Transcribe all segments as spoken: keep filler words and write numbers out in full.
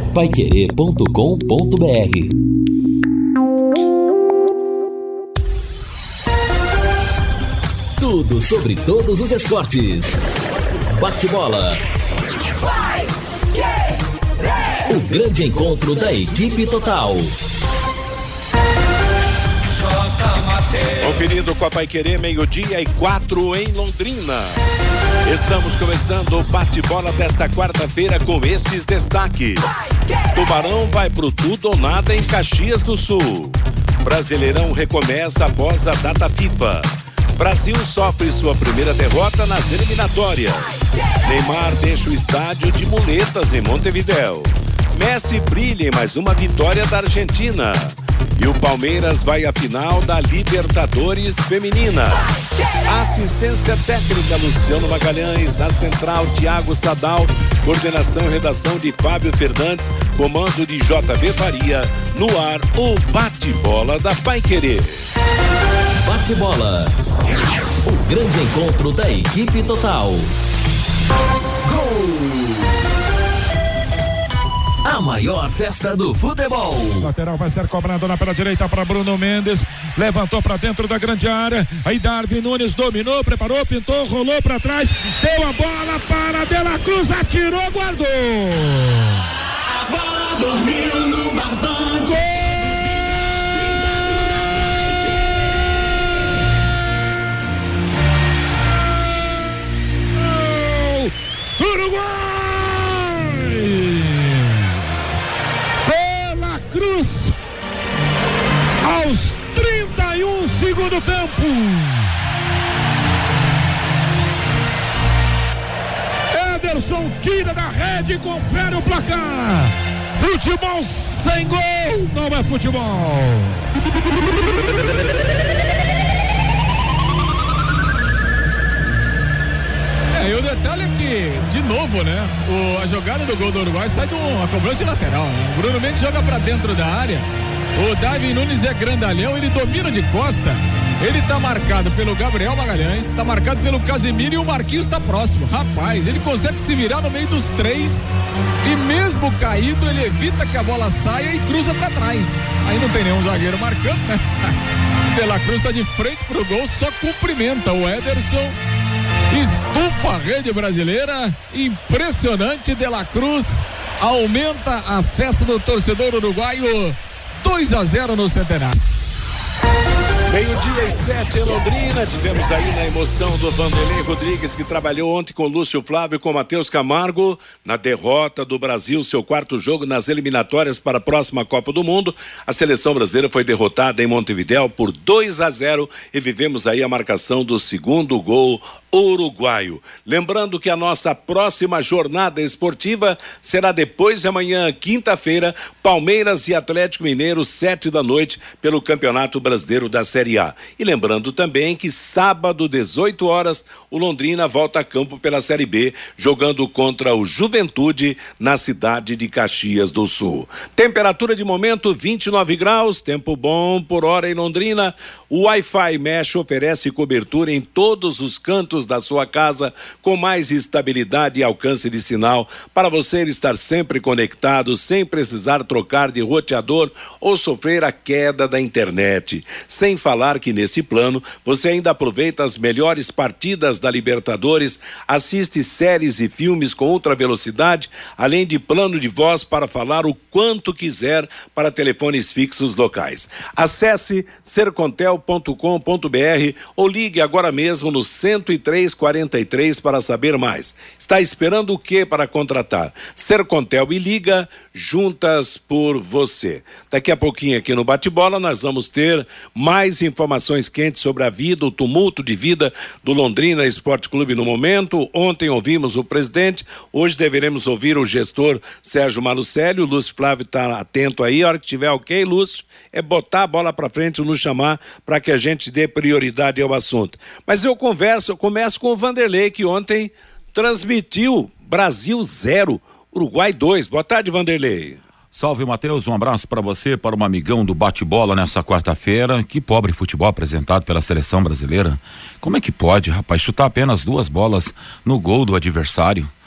paiquerê ponto com ponto br. Tudo sobre todos os esportes. Bate-bola. O grande encontro da equipe total. Conferindo com a Paiquerê, meio-dia e quatro em Londrina. Estamos começando o bate-bola desta quarta-feira com esses destaques. Tubarão vai pro tudo ou nada em Caxias do Sul. Brasileirão recomeça após a data FIFA. Brasil sofre sua primeira derrota nas eliminatórias. Neymar deixa o estádio de muletas em Montevidéu. Messi brilha em mais uma vitória da Argentina. E o Palmeiras vai à final da Libertadores Feminina. Assistência técnica Luciano Magalhães, na central Thiago Sadal, coordenação e redação de Fábio Fernandes, comando de J B Faria, no ar o bate-bola da Paiquerê. Bate-bola, o grande encontro da equipe total. Gol! A maior festa do futebol. Lateral vai ser cobrado lá pela direita para Bruno Mendes. Levantou para dentro da grande área. Aí Darwin Nunes dominou, preparou, pintou, rolou para trás. Deu a bola para De La Cruz, atirou, guardou. A bola dormiu no barbante. Gol! Uruguai! Cruz aos trinta e um segundo tempo. Ederson tira da rede e confere o placar. Futebol sem gol não é futebol. É, e o detalhe é que, de novo, né? O, a jogada do gol do Uruguai sai de uma cobrança de lateral, né? O Bruno Mendes joga pra dentro da área. O Darwin Nunes é grandalhão, ele domina de costa. Ele tá marcado pelo Gabriel Magalhães, tá marcado pelo Casemiro e o Marquinhos tá próximo. Rapaz, ele consegue se virar no meio dos três e mesmo caído, ele evita que a bola saia e cruza pra trás. Aí não tem nenhum zagueiro marcando, né? De La Cruz tá de frente pro gol, só cumprimenta o Ederson. Estufa a rede brasileira, impressionante. De La Cruz aumenta a festa do torcedor uruguaio, dois a zero no Centenário. Meio-dia e sete em Londrina, tivemos aí na emoção do Vanderlei Rodrigues, que trabalhou ontem com Lúcio Flávio e com Matheus Camargo, na derrota do Brasil, seu quarto jogo nas eliminatórias para a próxima Copa do Mundo. A seleção brasileira foi derrotada em Montevidéu por dois a zero e vivemos aí a marcação do segundo gol uruguaio. Lembrando que a nossa próxima jornada esportiva será depois de amanhã, quinta-feira, Palmeiras e Atlético Mineiro, sete da noite, pelo Campeonato Brasileiro da Série A. E lembrando também que sábado, dezoito horas, o Londrina volta a campo pela Série B, jogando contra o Juventude na cidade de Caxias do Sul. Temperatura de momento vinte e nove graus, tempo bom por hora em Londrina. O Wi-Fi Mesh oferece cobertura em todos os cantos da sua casa, com mais estabilidade e alcance de sinal, para você estar sempre conectado, sem precisar trocar de roteador ou sofrer a queda da internet. Sem falar que nesse plano, você ainda aproveita as melhores partidas da Libertadores, assiste séries e filmes com ultra velocidade, além de plano de voz para falar o quanto quiser para telefones fixos locais. Acesse sercontel ponto com ponto br ou ligue agora mesmo no cento e três quarenta e três para saber mais. Está esperando o que para contratar? Sercontel e Liga, juntas por você. Daqui a pouquinho aqui no Bate-Bola nós vamos ter mais informações quentes sobre a vida, o tumulto de vida do Londrina Esporte Clube no momento. Ontem ouvimos o presidente, hoje deveremos ouvir o gestor Sérgio Malucelli. O Lúcio Flávio está atento aí, a hora que tiver ok, Lúcio, é botar a bola para frente, nos chamar para que a gente dê prioridade ao assunto. Mas eu converso, eu começo com o Vanderlei, que ontem transmitiu Brasil zero, Uruguai dois. Boa tarde, Vanderlei. Salve, Matheus, um abraço para você, para um amigão do bate-bola nessa quarta-feira. Que pobre futebol apresentado pela seleção brasileira. Como é que pode, rapaz, chutar apenas duas bolas no gol do adversário?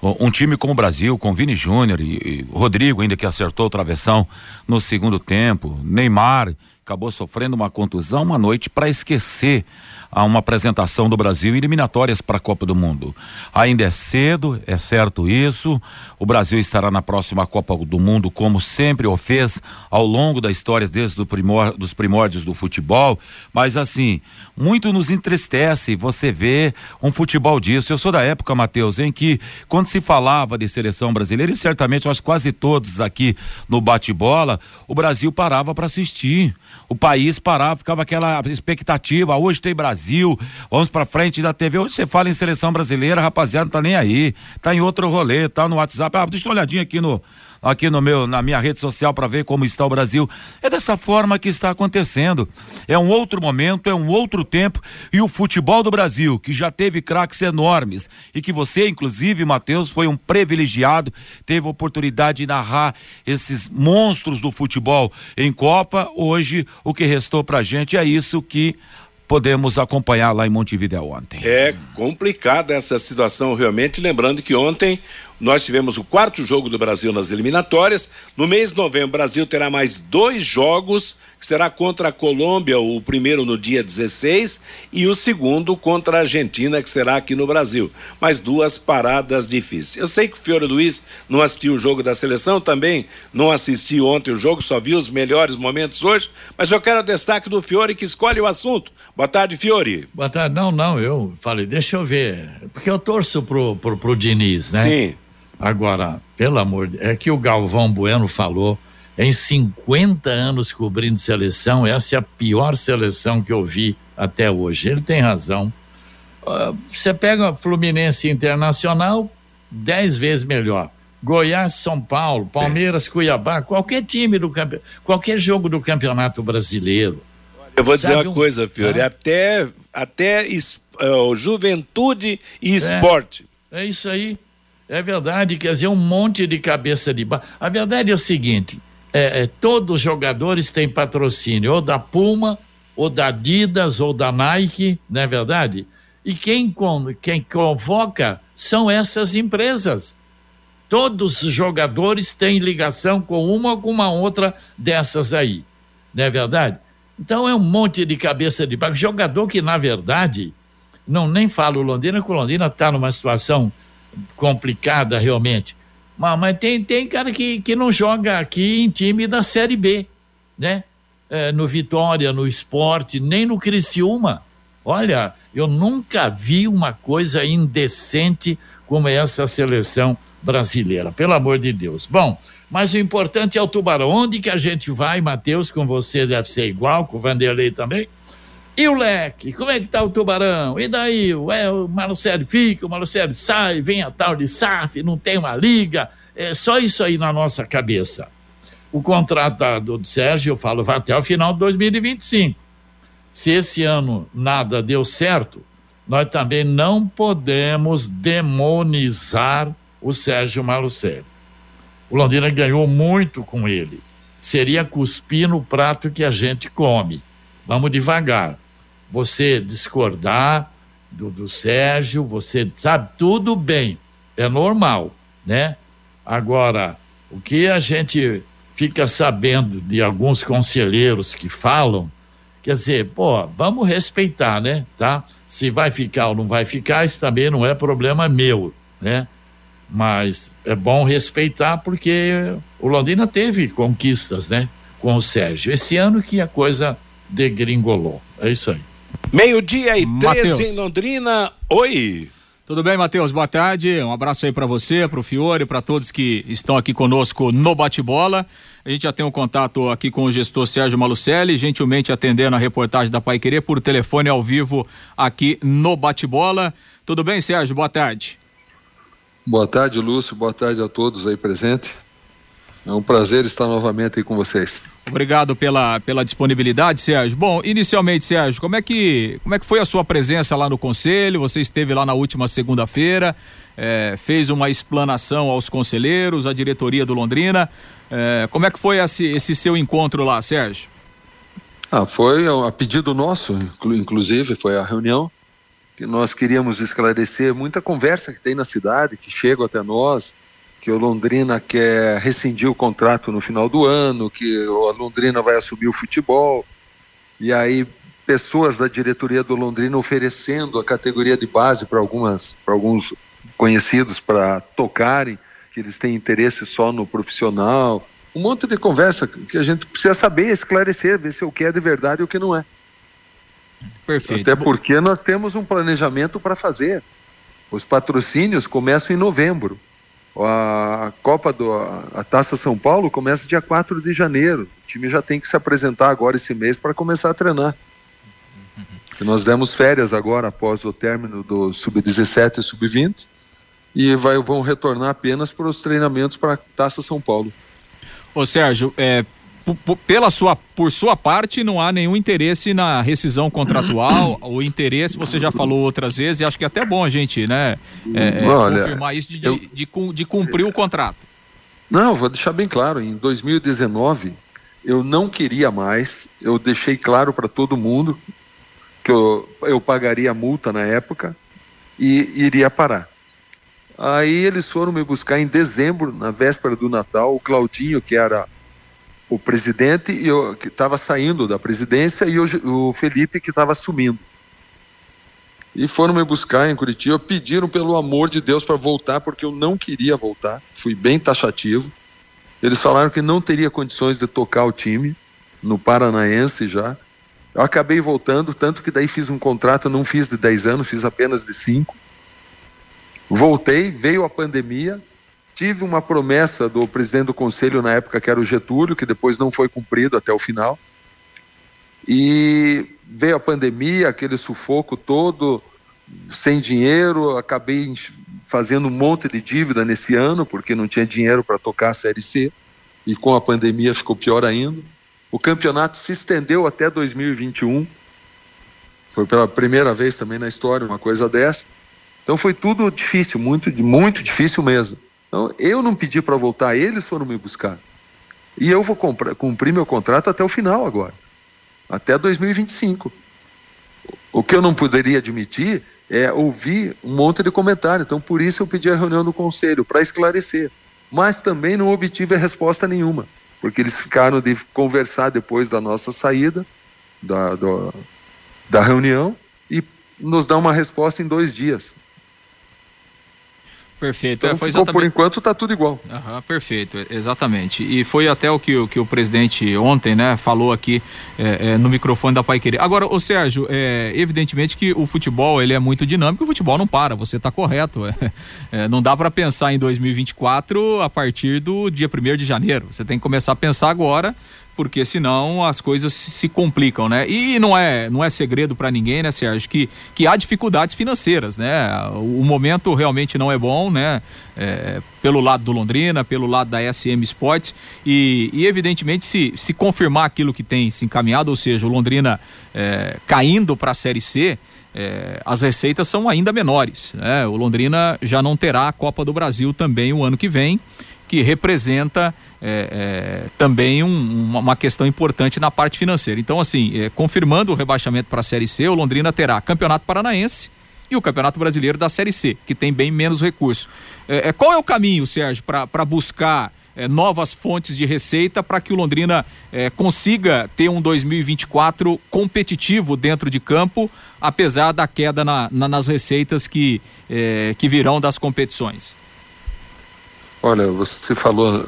Um time como o Brasil, com Vini Júnior e, e Rodrigo ainda que acertou o travessão no segundo tempo, Neymar acabou sofrendo uma contusão, uma noite para esquecer a uma apresentação do Brasil em eliminatórias para a Copa do Mundo. Ainda é cedo, é certo isso. O Brasil estará na próxima Copa do Mundo, como sempre o fez ao longo da história, desde o primor, dos primórdios do futebol. Mas assim, muito nos entristece você ver um futebol disso. Eu sou da época, Matheus, em que quando se falava de seleção brasileira, e certamente eu acho que quase todos aqui no bate-bola, o Brasil parava para assistir. O país parava, ficava aquela expectativa, hoje tem Brasil, vamos pra frente da T V. Hoje você fala em seleção brasileira, rapaziada, não tá nem aí, tá em outro rolê, tá no WhatsApp. Ah, deixa uma olhadinha aqui no aqui no meu, na minha rede social para ver como está o Brasil. É dessa forma que está acontecendo. É um outro momento, é um outro tempo, e o futebol do Brasil, que já teve craques enormes e que você, inclusive, Matheus, foi um privilegiado, teve a oportunidade de narrar esses monstros do futebol em Copa. Hoje, o que restou pra gente é isso que podemos acompanhar lá em Montevidéu ontem. É complicada essa situação realmente, lembrando que ontem nós tivemos o quarto jogo do Brasil nas eliminatórias. No mês de novembro, o Brasil terá mais dois jogos, que será contra a Colômbia, o primeiro no dia dezesseis, e o segundo contra a Argentina, que será aqui no Brasil. Mais duas paradas difíceis. Eu sei que o Fiore Luiz não assistiu o jogo da seleção, também não assisti ontem o jogo, só vi os melhores momentos hoje, mas eu quero o destaque do Fiore, que escolhe o assunto. Boa tarde, Fiore. Boa tarde. Não, não, eu falei, deixa eu ver, porque eu torço pro, pro, pro Diniz, né? Sim. Agora, pelo amor de Deus, é que o Galvão Bueno falou, em cinquenta anos cobrindo seleção, essa é a pior seleção que eu vi até hoje. Ele tem razão. Uh, você pega Fluminense Internacional, dez vezes melhor. Goiás, São Paulo, Palmeiras, Cuiabá, qualquer time do campeonato, qualquer jogo do Campeonato Brasileiro. Eu vou dizer Sabe uma um... coisa, Fiore, ah? até, até uh, juventude e esporte. É, é isso aí. É verdade, quer dizer, um monte de cabeça de barro. A verdade é o seguinte, é, é, todos os jogadores têm patrocínio, ou da Puma, ou da Adidas, ou da Nike, não é verdade? E quem, com, quem convoca são essas empresas. Todos os jogadores têm ligação com uma ou com uma outra dessas aí, não é verdade? Então é um monte de cabeça de barro. Jogador que, na verdade, não nem falo Londrina, porque o Londrina está numa situação complicada realmente, mas, mas tem, tem cara que, que não joga aqui em time da Série B, né? É, no Vitória, no Sport, nem no Criciúma. Olha, eu nunca vi uma coisa indecente como essa seleção brasileira, pelo amor de Deus. Bom, mas o importante é o Tubarão. Onde que a gente vai, Matheus? Com você deve ser igual, com o Vanderlei também. E o Leque, como é que tá o Tubarão? E daí, é, o Marcelo fica, o Marcelo sai, vem a tal de S A F, não tem uma liga, é só isso aí na nossa cabeça. O contrato da, do Sérgio, eu falo, vai até o final de dois mil e vinte e cinco. Se esse ano nada deu certo, nós também não podemos demonizar o Sérgio Malucelli. O Londrina ganhou muito com ele. Seria cuspir no prato que a gente come. Vamos devagar. Você discordar do, do Sérgio, você sabe, tudo bem, é normal, né? Agora, o que a gente fica sabendo de alguns conselheiros que falam, quer dizer, pô, vamos respeitar, né? Tá? Se vai ficar ou não vai ficar, isso também não é problema meu, né? Mas é bom respeitar porque o Londrina teve conquistas, né? Com o Sérgio. Esse ano que a coisa degringolou. É isso aí. Meio-dia e treze Mateus. em Londrina. Oi. Tudo bem, Matheus? Boa tarde. Um abraço aí para você, para o Fiore, para todos que estão aqui conosco no Bate-Bola. A gente já tem um contato aqui com o gestor Sérgio Malucelli, gentilmente atendendo a reportagem da Paiquerê por telefone ao vivo aqui no Bate-Bola. Tudo bem, Sérgio? Boa tarde. Boa tarde, Lúcio. Boa tarde a todos aí presentes. É um prazer estar novamente aí com vocês. Obrigado pela, pela disponibilidade, Sérgio. Bom, inicialmente, Sérgio, como é que, como é que foi a sua presença lá no Conselho? Você esteve lá na última segunda-feira, é, fez uma explanação aos conselheiros, à diretoria do Londrina. É, como é que foi esse, esse seu encontro lá, Sérgio? Ah, foi a pedido nosso, inclusive, foi a reunião. que nós queríamos esclarecer, muita conversa que tem na cidade, que chega até nós, que o Londrina quer rescindir o contrato no final do ano, que o Londrina vai assumir o futebol, e aí pessoas da diretoria do Londrina oferecendo a categoria de base para algumas, para alguns conhecidos para tocarem, que eles têm interesse só no profissional, um monte de conversa que a gente precisa saber, esclarecer, ver se o que é de verdade e o que não é. Perfeito. Até porque nós temos um planejamento para fazer. Os patrocínios começam em novembro. A Copa do a Taça São Paulo começa dia quatro de janeiro. O time já tem que se apresentar agora esse mês para começar a treinar. Uhum. Porque nós demos férias agora após o término do sub dezessete e sub vinte e vai, vão retornar apenas para os treinamentos para a Taça São Paulo. Ô Sérgio, é, p- p- pela sua, por sua parte não há nenhum interesse na rescisão contratual. O interesse você já falou outras vezes e acho que é até bom a gente, né, é, Olha, confirmar isso de, eu, de, de, de cumprir o contrato. Não, vou deixar bem claro, em dois mil e dezenove eu não queria mais, eu deixei claro para todo mundo que eu, eu pagaria a multa na época e iria parar. Aí eles foram me buscar em dezembro, na véspera do Natal, o Claudinho, que era o presidente, e eu, que estava saindo da presidência, e o, o Felipe, que estava assumindo. E foram me buscar em Curitiba, pediram pelo amor de Deus para voltar, porque eu não queria voltar, fui bem taxativo. Eles falaram que não teria condições de tocar o time, no Paranaense já. Eu acabei voltando, tanto que daí fiz um contrato, não fiz de dez anos, fiz apenas de cinco. Voltei, veio a pandemia, tive uma promessa do presidente do conselho na época, que era o Getúlio, que depois não foi cumprido até o final, e veio a pandemia, aquele sufoco todo, sem dinheiro, acabei fazendo um monte de dívida nesse ano, porque não tinha dinheiro para tocar a Série C, e com a pandemia ficou pior ainda. O campeonato se estendeu até dois mil e vinte e um, foi pela primeira vez também na história uma coisa dessa. Então foi tudo difícil, muito, muito difícil mesmo. Então eu não pedi para voltar, eles foram me buscar. E eu vou comprar, cumprir meu contrato até o final agora, até dois mil e vinte e cinco. O que eu não poderia admitir é ouvir um monte de comentário. Então por isso eu pedi a reunião do conselho, para esclarecer. Mas também não obtive resposta nenhuma, porque eles ficaram de conversar depois da nossa saída, da, do, da reunião, e nos dar uma resposta em dois dias. Perfeito. Então, é, foi ficou, exatamente... por enquanto está tudo igual. Uhum, perfeito, exatamente. E foi até o que, o que o presidente ontem, né, falou aqui é, é, no microfone da Paiquerê. Agora, ô Sérgio, é, evidentemente que o futebol ele é muito dinâmico, o futebol não para, você está correto. É, é, não dá para pensar em dois mil e vinte e quatro a partir do dia primeiro de janeiro. Você tem que começar a pensar agora, porque senão as coisas se complicam, né? E não é, não é segredo para ninguém, né, Sérgio, que, que há dificuldades financeiras, né? O momento realmente não é bom, né? É, pelo lado do Londrina, pelo lado da S M Sports e, e evidentemente se, se confirmar aquilo que tem se encaminhado, ou seja, o Londrina é, caindo para a Série C, é, as receitas são ainda menores, né? O Londrina já não terá a Copa do Brasil também o ano que vem, que representa é, é, também um, uma, uma questão importante na parte financeira. Então, assim, é, confirmando o rebaixamento para a Série C, o Londrina terá Campeonato Paranaense e o Campeonato Brasileiro da Série C, que tem bem menos recursos. É, é, qual é o caminho, Sérgio, para buscar é, novas fontes de receita para que o Londrina é, consiga ter um dois mil e vinte e quatro competitivo dentro de campo, apesar da queda na, na, nas receitas que, é, que virão das competições? Olha, você falou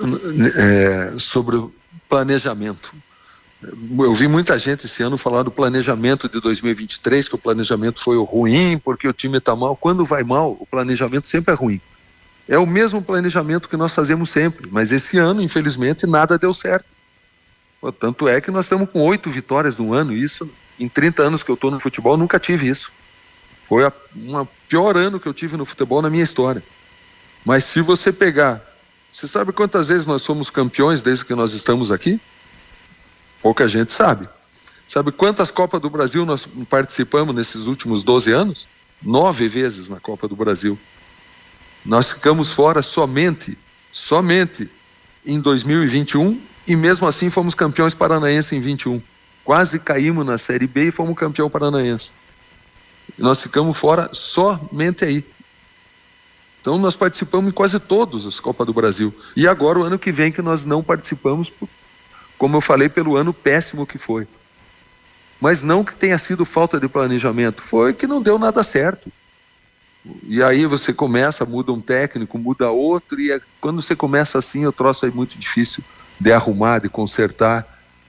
é, sobre o planejamento. Eu vi muita gente esse ano falar do planejamento de dois mil e vinte e três, que o planejamento foi ruim, porque o time está mal. Quando vai mal, o planejamento sempre é ruim. É o mesmo planejamento que nós fazemos sempre, mas esse ano, infelizmente, nada deu certo. Tanto é que nós estamos com oito vitórias no ano, isso, em trinta anos que eu estou no futebol, nunca tive isso. Foi o um pior ano que eu tive no futebol na minha história. Mas se você pegar, você sabe quantas vezes nós somos campeões desde que nós estamos aqui? Pouca gente sabe. Sabe quantas Copas do Brasil nós participamos nesses últimos doze anos? Nove vezes na Copa do Brasil. Nós ficamos fora somente, somente em dois mil e vinte e um e mesmo assim fomos campeões paranaenses em vinte e um. Quase caímos na Série B e fomos campeão paranaense. E nós ficamos fora somente aí. Então nós participamos em quase todas as Copas do Brasil. E agora o ano que vem que nós não participamos, como eu falei, pelo ano péssimo que foi. Mas não que tenha sido falta de planejamento, foi que não deu nada certo. E aí você começa, muda um técnico, muda outro, e é, quando você começa assim, o troço é muito difícil de arrumar, de consertar.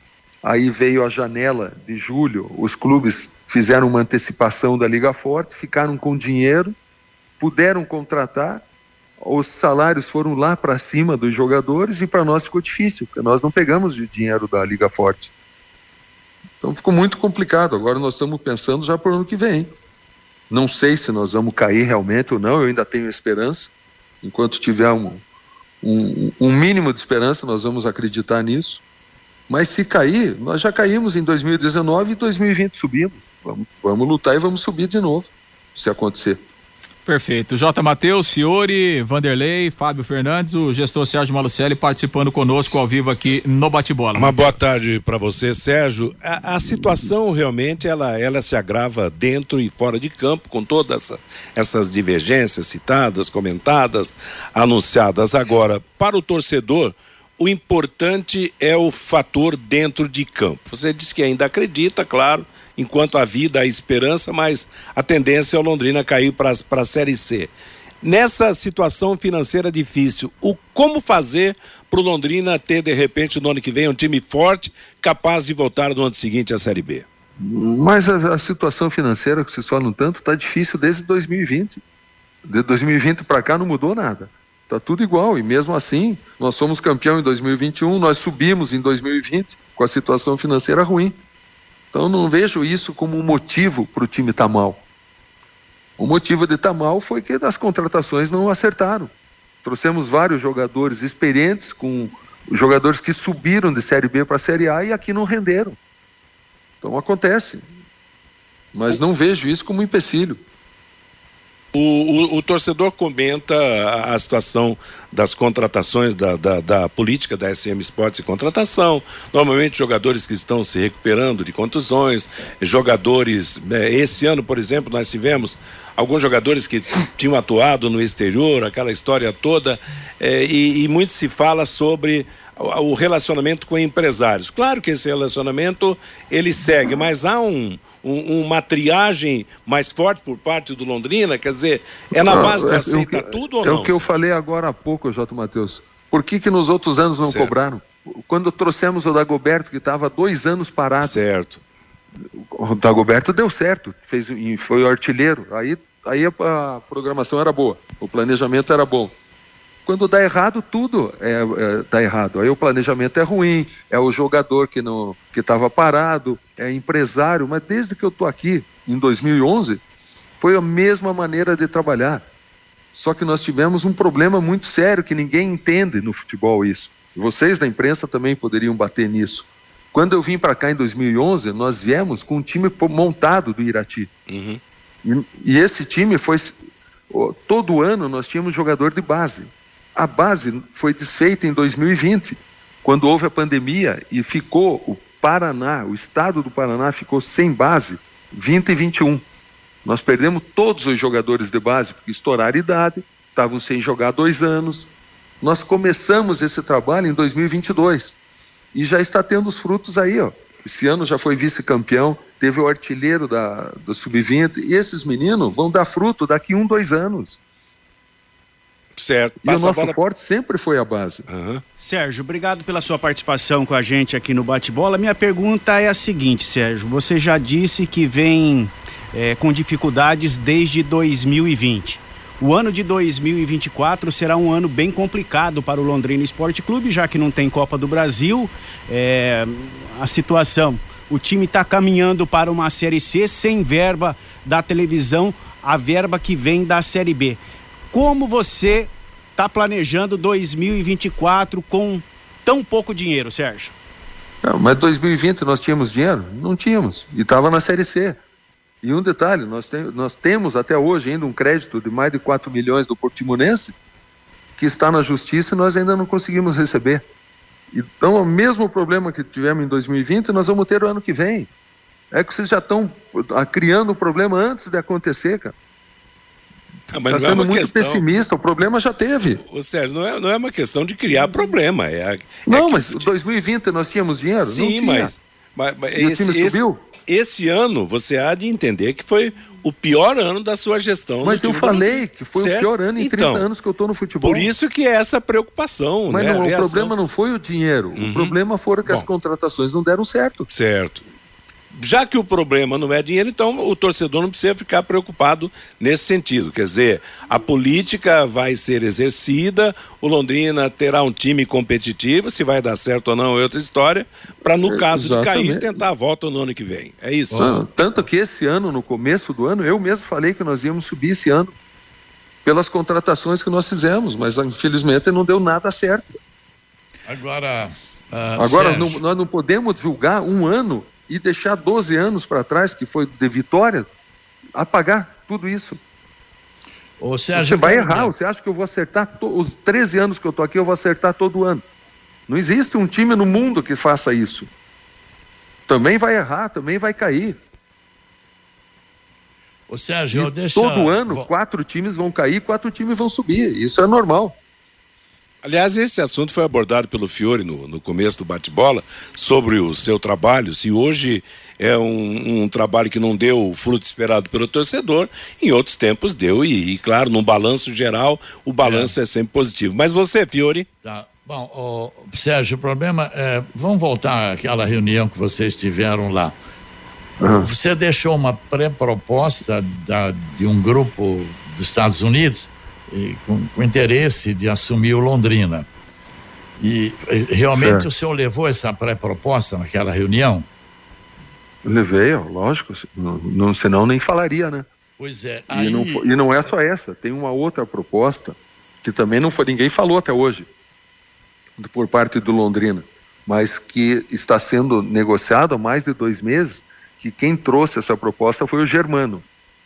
Aí veio a janela de julho, os clubes fizeram uma antecipação da Liga Forte, ficaram com dinheiro, puderam contratar, os salários foram lá para cima dos jogadores e para nós ficou difícil, porque nós não pegamos o dinheiro da Liga Forte. Então ficou muito complicado. Agora nós estamos pensando já para o ano que vem. Não sei se nós vamos cair realmente ou não, eu ainda tenho esperança. Enquanto tiver um, um, um mínimo de esperança, nós vamos acreditar nisso. Mas se cair, nós já caímos em dois mil e dezenove e dois mil e vinte subimos. Vamos, vamos lutar e vamos subir de novo, se acontecer. Perfeito. J. Matheus, Fiore, Vanderlei, Fábio Fernandes, o gestor Sérgio Malucelli participando conosco ao vivo aqui no Bate-Bola. Uma boa tarde para você, Sérgio. A, a situação realmente ela, ela se agrava dentro e fora de campo, com todas essa, essas divergências citadas, comentadas, anunciadas. Agora, para o torcedor, o importante é o fator dentro de campo. Você disse que ainda acredita, claro, enquanto há vida, há esperança, mas a tendência é o Londrina cair para a Série C. Nessa situação financeira difícil, o como fazer para o Londrina ter, de repente, no ano que vem, um time forte, capaz de voltar no ano seguinte à Série B? Mas a, a situação financeira, que vocês falam tanto, está difícil desde dois mil e vinte. De dois mil e vinte para cá não mudou nada. Está tudo igual, e mesmo assim, nós somos campeão em dois mil e vinte e um, nós subimos em dois mil e vinte com a situação financeira ruim. Então não vejo isso como um motivo para o time estar mal. O motivo de estar mal foi que as contratações não acertaram. Trouxemos vários jogadores experientes, com jogadores que subiram de Série B para a Série A e aqui não renderam. Então acontece. Mas não vejo isso como um empecilho. O, o, o torcedor comenta a, a situação das contratações da, da, da política da S M Sports e contratação, normalmente jogadores que estão se recuperando de contusões, jogadores, é, esse ano, por exemplo, nós tivemos alguns jogadores que tinham atuado no exterior, aquela história toda, é, e, e muito se fala sobre o relacionamento com empresários. Claro que esse relacionamento ele segue, mas há um, um, uma triagem mais forte por parte do Londrina, quer dizer, é na base do aceita é, tudo ou é não? É o que eu falei agora há pouco, J. Matheus. Por que que nos outros anos não certo. cobraram? Quando trouxemos o Dagoberto, que estava dois anos parado. Certo. O Dagoberto deu certo, fez, foi o artilheiro. Aí, aí a, a programação era boa, o planejamento era bom. Quando dá errado, tudo é, é, dá errado. Aí o planejamento é ruim, é o jogador que não que estava parado, é empresário. Mas desde que eu estou aqui, em dois mil e onze, foi a mesma maneira de trabalhar. Só que nós tivemos um problema muito sério que ninguém entende no futebol isso. Vocês da imprensa também poderiam bater nisso. Quando eu vim para cá em dois mil e onze, nós viemos com um time montado do Irati. Uhum. E, e esse time foi... Todo ano nós tínhamos jogador de base. A base foi desfeita em dois mil e vinte, quando houve a pandemia e ficou o Paraná, o estado do Paraná ficou sem base vinte e vinte e um. Nós perdemos todos os jogadores de base, porque estouraram a idade, estavam sem jogar dois anos. Nós começamos esse trabalho em dois mil e vinte e dois e já está tendo os frutos aí, ó. Esse ano já foi vice-campeão, teve o artilheiro da, do sub vinte, e esses meninos vão dar fruto daqui um, dois anos. Certo. E o nosso forte sempre foi a base. Uhum. Sérgio, obrigado pela sua participação com a gente aqui no Bate-Bola. Minha pergunta é a seguinte, Sérgio, você já disse que vem é, com dificuldades desde dois mil e vinte. O ano de dois mil e vinte e quatro será um ano bem complicado para o Londrina Esporte Clube, já que não tem Copa do Brasil. É, a situação, o time está caminhando para uma Série C sem verba da televisão, a verba que vem da Série B. Como você está planejando dois mil e vinte e quatro com tão pouco dinheiro, Sérgio? Não, mas dois mil e vinte nós tínhamos dinheiro? Não tínhamos, e estava na Série C. E um detalhe, nós, tem, nós temos até hoje ainda um crédito de mais de quatro milhões do Portimonense, que está na justiça e nós ainda não conseguimos receber. Então, o mesmo problema que tivemos em dois mil e vinte, nós vamos ter o ano que vem. É que vocês já estão criando o problema antes de acontecer, cara. Ah, mas tá não sendo é uma muito questão... pessimista, o problema já teve. Ô Sérgio, não é, não é uma questão de criar problema. É, é não, que... mas dois mil e vinte nós tínhamos dinheiro? Sim, não tinha. mas, mas, mas e esse, o time subiu? Esse, esse ano você há de entender que foi o pior ano da sua gestão. Mas eu falei que foi certo? o pior ano em então, trinta anos que eu estou no futebol. Por isso que é essa preocupação. Mas né? não, o problema não foi o dinheiro, uhum. o problema foram que Bom, as contratações não deram certo. Certo. Já que o problema não é dinheiro, então o torcedor não precisa ficar preocupado nesse sentido. Quer dizer, a política vai ser exercida, o Londrina terá um time competitivo, se vai dar certo ou não é outra história, para no caso Exatamente. de cair, tentar a volta no ano que vem. É isso. Ah, tanto que esse ano, no começo do ano, eu mesmo falei que nós íamos subir esse ano pelas contratações que nós fizemos, mas infelizmente não deu nada certo. Agora, uh, Agora não, nós não podemos julgar um ano e deixar doze anos para trás, que foi de vitória, apagar tudo isso. Ô, Sérgio, você vai errar, você acha que eu vou acertar, to... os treze anos que eu estou aqui, eu vou acertar todo ano. Não existe um time no mundo que faça isso. Também vai errar, também vai cair. Ô, Sérgio, e deixa... todo ano, quatro times vão cair, quatro times vão subir, isso é normal. Aliás, esse assunto foi abordado pelo Fiore no, no começo do bate-bola, sobre o seu trabalho, se hoje é um, um trabalho que não deu o fruto esperado pelo torcedor, em outros tempos deu, e, e claro, num balanço geral, o balanço é, é sempre positivo. Mas você, Fiore? Tá. Bom, oh, Sérgio, o problema é, vamos voltar àquela reunião que vocês tiveram lá. Uhum. Você deixou uma pré-proposta da, de um grupo dos Estados Unidos, E com, com interesse de assumir o Londrina. E realmente certo. O senhor levou essa pré-proposta naquela reunião? Levei, ó, lógico, não, não, senão nem falaria, né? Pois é. Aí... E, não, e não é só essa, tem uma outra proposta que também não foi, ninguém falou até hoje, por parte do Londrina, mas que está sendo negociado há mais de dois meses, que quem trouxe essa proposta foi o Germano.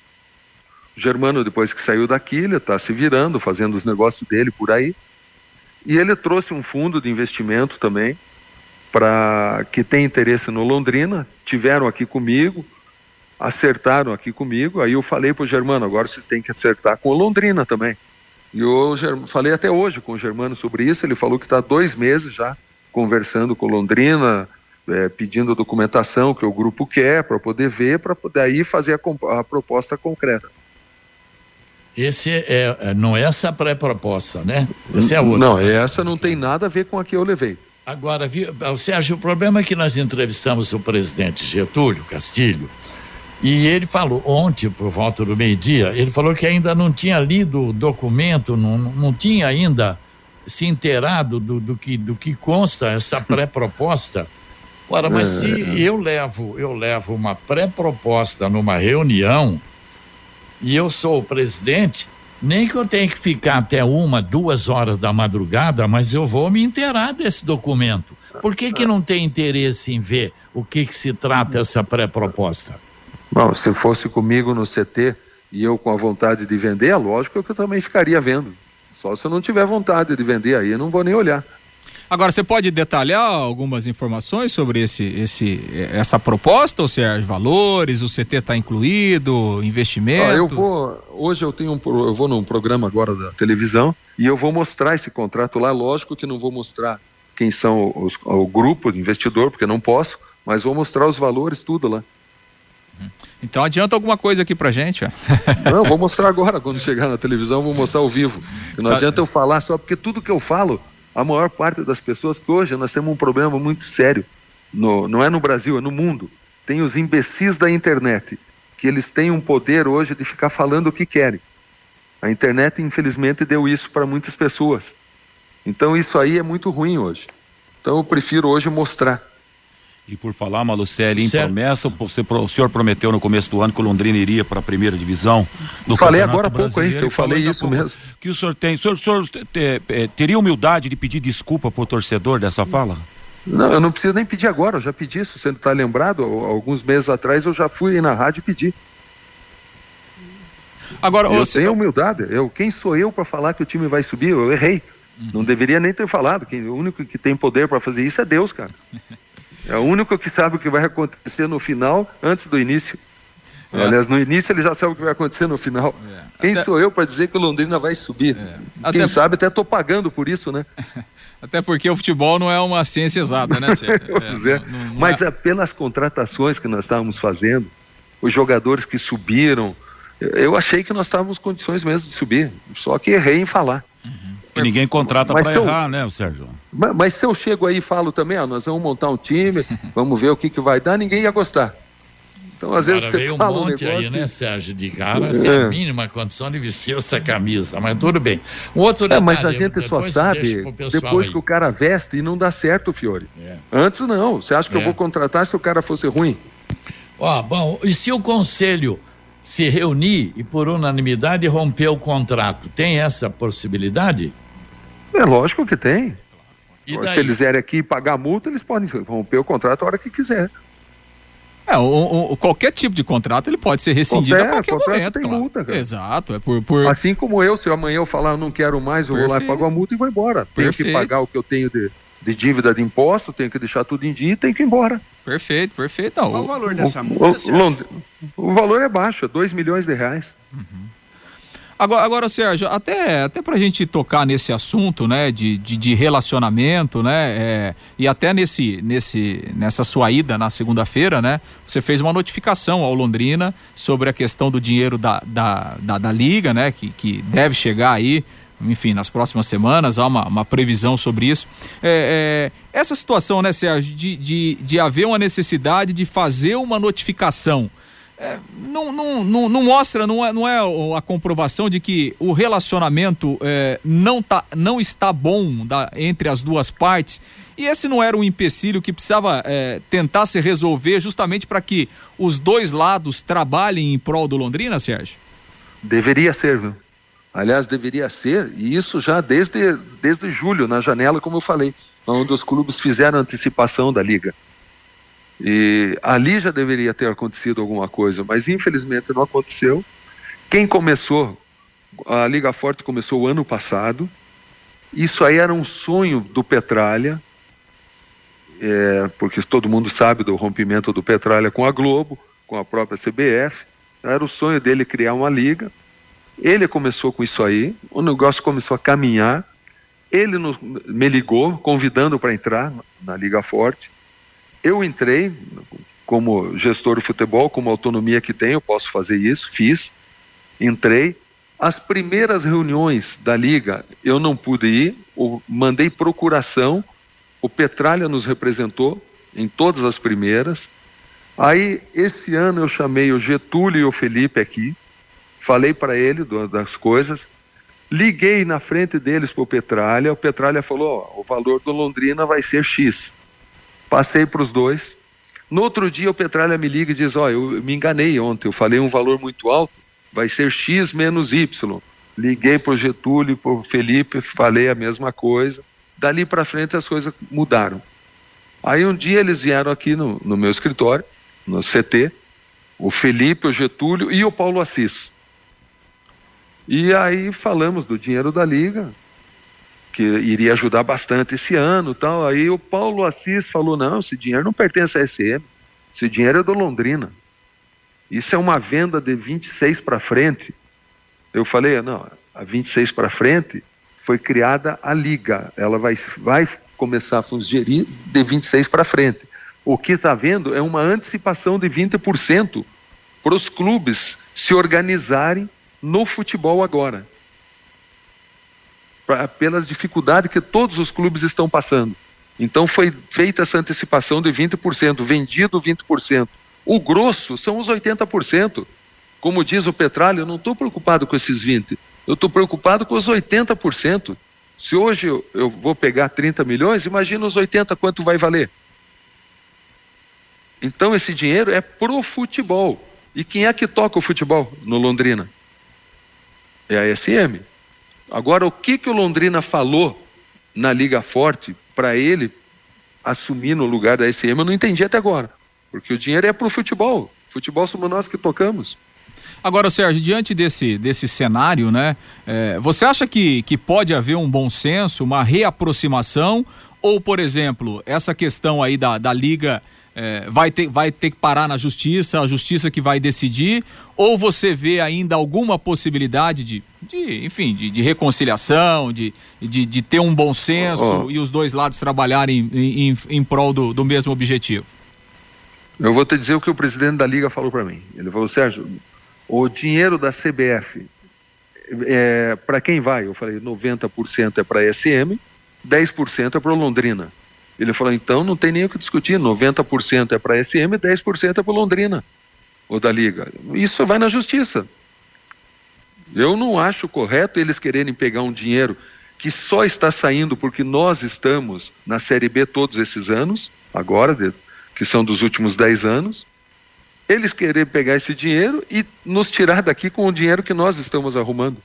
O Germano, depois que saiu daqui, ele está se virando, fazendo os negócios dele por aí. E ele trouxe um fundo de investimento também, para que tem interesse no Londrina, tiveram aqui comigo, acertaram aqui comigo, aí eu falei para o Germano, agora vocês têm que acertar com o Londrina também. E eu falei até hoje com o Germano sobre isso, ele falou que está dois meses já conversando com o Londrina, é, pedindo documentação que o grupo quer, para poder ver, para daí fazer a, a proposta concreta. Esse é, não é essa pré-proposta, né? Essa é a outra. Não, essa não tem nada a ver com a que eu levei. Agora, viu, Sérgio, o problema é que nós entrevistamos o presidente Getúlio Castilho e ele falou ontem, por volta do meio-dia, ele falou que ainda não tinha lido o documento, não, não tinha ainda se inteirado do, do, que, do que consta essa pré-proposta. Ora, mas se eu levo, eu levo uma pré-proposta numa reunião e eu sou o presidente, nem que eu tenha que ficar até uma, duas horas da madrugada, mas eu vou me inteirar desse documento. Por que que não tem interesse em ver o que que se trata essa pré-proposta? Bom, se fosse comigo no C T e eu com a vontade de vender, é lógico que eu também ficaria vendo. Só se eu não tiver vontade de vender, aí eu não vou nem olhar. Agora, você pode detalhar algumas informações sobre esse, esse, essa proposta, ou seja, valores, o C T está incluído, investimento? Ah, eu vou, hoje eu tenho um, eu vou num programa agora da televisão e eu vou mostrar esse contrato lá, lógico que não vou mostrar quem são os, o grupo de investidor, porque não posso, mas vou mostrar os valores, tudo lá. Então adianta alguma coisa aqui pra gente, ó. Não, vou mostrar agora, quando chegar na televisão, vou mostrar ao vivo. Não tá. Adianta eu falar só, porque tudo que eu falo, a maior parte das pessoas, que hoje nós temos um problema muito sério, no, não é no Brasil, é no mundo. Tem os imbecis da internet, que eles têm um poder hoje de ficar falando o que querem. A internet, infelizmente, deu isso para muitas pessoas. Então isso aí é muito ruim hoje. Então eu prefiro hoje mostrar. E por falar, Malucelli, em promessa, você, o senhor prometeu no começo do ano que o Londrina iria para a primeira divisão do Falei agora há pouco aí, que eu falei isso mesmo. Que o senhor tem, o senhor, o senhor te, te, teria humildade de pedir desculpa pro torcedor dessa fala? Não, eu não preciso nem pedir agora, eu já pedi isso, você está lembrado? Alguns meses atrás eu já fui na rádio e pedi. Agora, eu você... tenho humildade, eu, quem sou eu para falar que o time vai subir? Eu errei, uhum. Não deveria nem ter falado, quem, o único que tem poder para fazer isso é Deus, cara. É o único que sabe o que vai acontecer no final antes do início. É. Aliás, no início ele já sabe o que vai acontecer no final. É. Quem até... sou eu para dizer que o Londrina vai subir? É. Quem até... sabe até estou pagando por isso, né? Até porque o futebol não é uma ciência exata, né, Sérgio? Pois é. Não, não Mas é... pelas contratações que nós estávamos fazendo, os jogadores que subiram, eu achei que nós estávamos em condições mesmo de subir, só que errei em falar. Uhum. E ninguém contrata para errar, eu, né, Sérgio? Mas, mas se eu chego aí e falo também, ó, nós vamos montar um time, vamos ver o que, que vai dar, ninguém ia gostar. Então, às cara, vezes você veio fala um monte um negócio... aí, né, Sérgio, de cara, é. sem a mínima condição de vestir essa camisa, mas tudo bem. Um outro detalhe, é, mas a gente só sabe depois aí. Que o cara veste e não dá certo, Fiore. É. Antes não, você acha que é. eu vou contratar se o cara fosse ruim? Ó, bom, e se o conselho se reunir e por unanimidade romper o contrato, tem essa possibilidade? É lógico que tem. Se eles vierem aqui e pagar multa, eles podem romper o contrato a hora que quiser. É, o, o, qualquer tipo de contrato ele pode ser rescindido qualquer, a qualquer momento. Tem claro. multa, cara. Exato, é por, por... Assim como eu, se amanhã eu falar eu não quero mais, eu Perfeito. vou lá e pago a multa e vou embora. Tenho Perfeito. que pagar o que eu tenho de, de dívida de imposto, tenho que deixar tudo em dia e tenho que ir embora. Perfeito, perfeito. Não, Qual o, o valor dessa o, multa, o, o valor é baixo, é dois milhões de reais. Uhum. Agora, agora, Sérgio, até, até pra gente tocar nesse assunto, né, de, de, de relacionamento, né, é, e até nesse, nesse, nessa sua ida na segunda-feira, né, você fez uma notificação ao Londrina sobre a questão do dinheiro da, da, da, da Liga, né, que, que deve chegar aí, enfim, nas próximas semanas, há uma, uma previsão sobre isso. É, é, essa situação, né, Sérgio, de, de, de haver uma necessidade de fazer uma notificação, É, não, não, não, não mostra, não é, não é a comprovação de que o relacionamento é, não, tá, não está bom da, entre as duas partes, e esse não era um empecilho que precisava é, tentar se resolver justamente para que os dois lados trabalhem em prol do Londrina, Sérgio? Deveria ser, viu? Aliás, deveria ser, e isso já desde, desde julho, na janela, como eu falei, onde os clubes fizeram antecipação da Liga. E ali já deveria ter acontecido alguma coisa, mas infelizmente não aconteceu. Quem começou, a Liga Forte começou o ano passado, isso aí era um sonho do Petralha, é, porque todo mundo sabe do rompimento do Petralha com a Globo, com a própria C B F, era o sonho dele criar uma liga, ele começou com isso aí, o negócio começou a caminhar, ele no, me ligou, convidando para entrar na Liga Forte. Eu entrei como gestor do futebol, como autonomia que tenho, eu posso fazer isso, fiz, entrei. As primeiras reuniões da Liga eu não pude ir, eu mandei procuração, o Petralha nos representou em todas as primeiras. Aí esse ano eu chamei o Getúlio e o Felipe aqui, falei para ele do, das coisas, liguei na frente deles para o Petralha, o Petralha falou, ó, o valor do Londrina vai ser X. Passei para os dois. No outro dia o Petralha me liga e diz, ó, eu me enganei ontem, eu falei um valor muito alto, vai ser X menos Y. Liguei para o Getúlio e para o Felipe, falei a mesma coisa. Dali para frente as coisas mudaram. Aí um dia eles vieram aqui no, no meu escritório, no C T, o Felipe, o Getúlio e o Paulo Assis. E aí falamos do dinheiro da Liga, que iria ajudar bastante esse ano, tal. Aí o Paulo Assis falou, não, esse dinheiro não pertence à S M, esse dinheiro é do Londrina, isso é uma venda de vinte e seis para frente. Eu falei, não, a vinte e seis para frente foi criada a Liga, ela vai, vai começar a funcionar de vinte e seis para frente. O que está vendo é uma antecipação de vinte por cento para os clubes se organizarem no futebol agora, Pra, pelas dificuldades que todos os clubes estão passando. Então foi feita essa antecipação de vinte por cento, vendido vinte por cento. O grosso são os oitenta por cento. Como diz o Petralha, eu não estou preocupado com esses vinte por cento, eu estou preocupado com os oitenta por cento. Se hoje eu, eu vou pegar trinta milhões, imagina os oitenta quanto vai valer. Então esse dinheiro é pro futebol. E quem é que toca o futebol no Londrina? É a S M. Agora, o que que o Londrina falou na Liga Forte para ele assumir no lugar da S M, eu não entendi até agora. Porque o dinheiro é pro futebol. Futebol somos nós que tocamos. Agora, Sérgio, diante desse, desse cenário, né? É, você acha que, que pode haver um bom senso, uma reaproximação, ou, por exemplo, essa questão aí da, da Liga é, vai, ter, vai ter que parar na justiça, a justiça que vai decidir, ou você vê ainda alguma possibilidade de, de enfim, de, de reconciliação, de, de, de ter um bom senso oh. e os dois lados trabalharem em, em, em prol do, do mesmo objetivo? Eu vou te dizer o que o presidente da Liga falou para mim. Ele falou, Sérgio, o dinheiro da C B F, é, para quem vai? Eu falei, noventa por cento é para a S M, dez por cento é para o Londrina. Ele falou, então não tem nem o que discutir, noventa por cento é para a S M, dez por cento é para o Londrina, ou da Liga. Isso vai na justiça. Eu não acho correto eles quererem pegar um dinheiro que só está saindo porque nós estamos na Série B todos esses anos, agora, de, que são dos últimos dez anos, eles querem pegar esse dinheiro e nos tirar daqui com o dinheiro que nós estamos arrumando.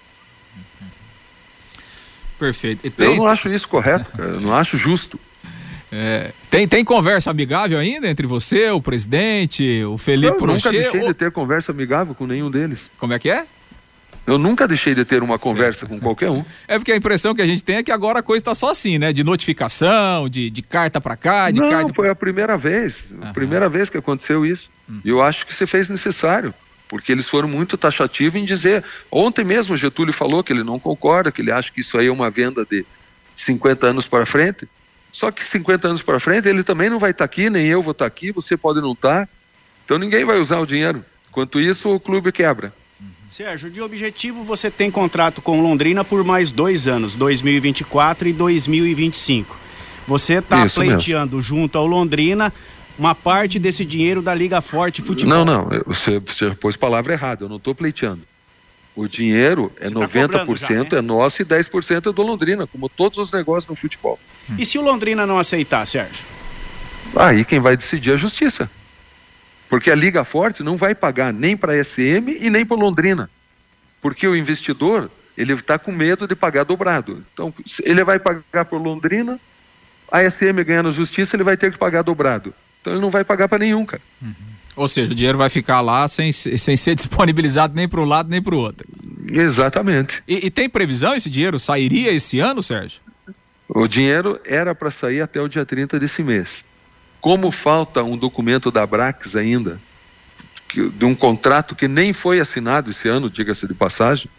Perfeito. Tem... Eu não acho isso correto, cara. Eu não acho justo. É, tem, tem conversa amigável ainda entre você, o presidente, o Felipe Eu Prochê, nunca deixei ou... de ter conversa amigável com nenhum deles. Como é que é? Eu nunca deixei de ter uma conversa com qualquer um. É porque a impressão que a gente tem é que agora a coisa está só assim, né? De notificação, de, de carta para cá, de não, carta... Não, foi a primeira vez. A primeira vez que aconteceu isso. Uhum. E eu acho que se fez necessário. Porque eles foram muito taxativos em dizer... Ontem mesmo o Getúlio falou que ele não concorda, que ele acha que isso aí é uma venda de cinquenta anos para frente. Só que cinquenta anos para frente ele também não vai estar aqui, nem eu vou estar aqui, você pode não estar. Então ninguém vai usar o dinheiro. Enquanto isso, o clube quebra. Sérgio, de objetivo você tem contrato com Londrina por mais dois anos, dois mil e vinte e quatro e dois mil e vinte e cinco. Você está pleiteando mesmo, junto ao Londrina uma parte desse dinheiro da Liga Forte Futebol. Não, não, você, você pôs palavra errada, eu não estou pleiteando. O dinheiro é noventa por cento já, né? É nosso e dez por cento é do Londrina, como todos os negócios no futebol. E se o Londrina não aceitar, Sérgio? Aí quem vai decidir é a justiça. Porque a Liga Forte não vai pagar nem para a S M e nem para Londrina. Porque o investidor, ele está com medo de pagar dobrado. Então, ele vai pagar para Londrina, a S M ganhar na justiça, ele vai ter que pagar dobrado. Então, ele não vai pagar para nenhum, cara. Uhum. Ou seja, o dinheiro vai ficar lá sem, sem ser disponibilizado nem para um lado nem para o outro. Exatamente. E, e tem previsão esse dinheiro? Sairia esse ano, Sérgio? O dinheiro era para sair até o dia trinta desse mês. Como falta um documento da Abrax ainda, que, de um contrato que nem foi assinado esse ano, diga-se de passagem,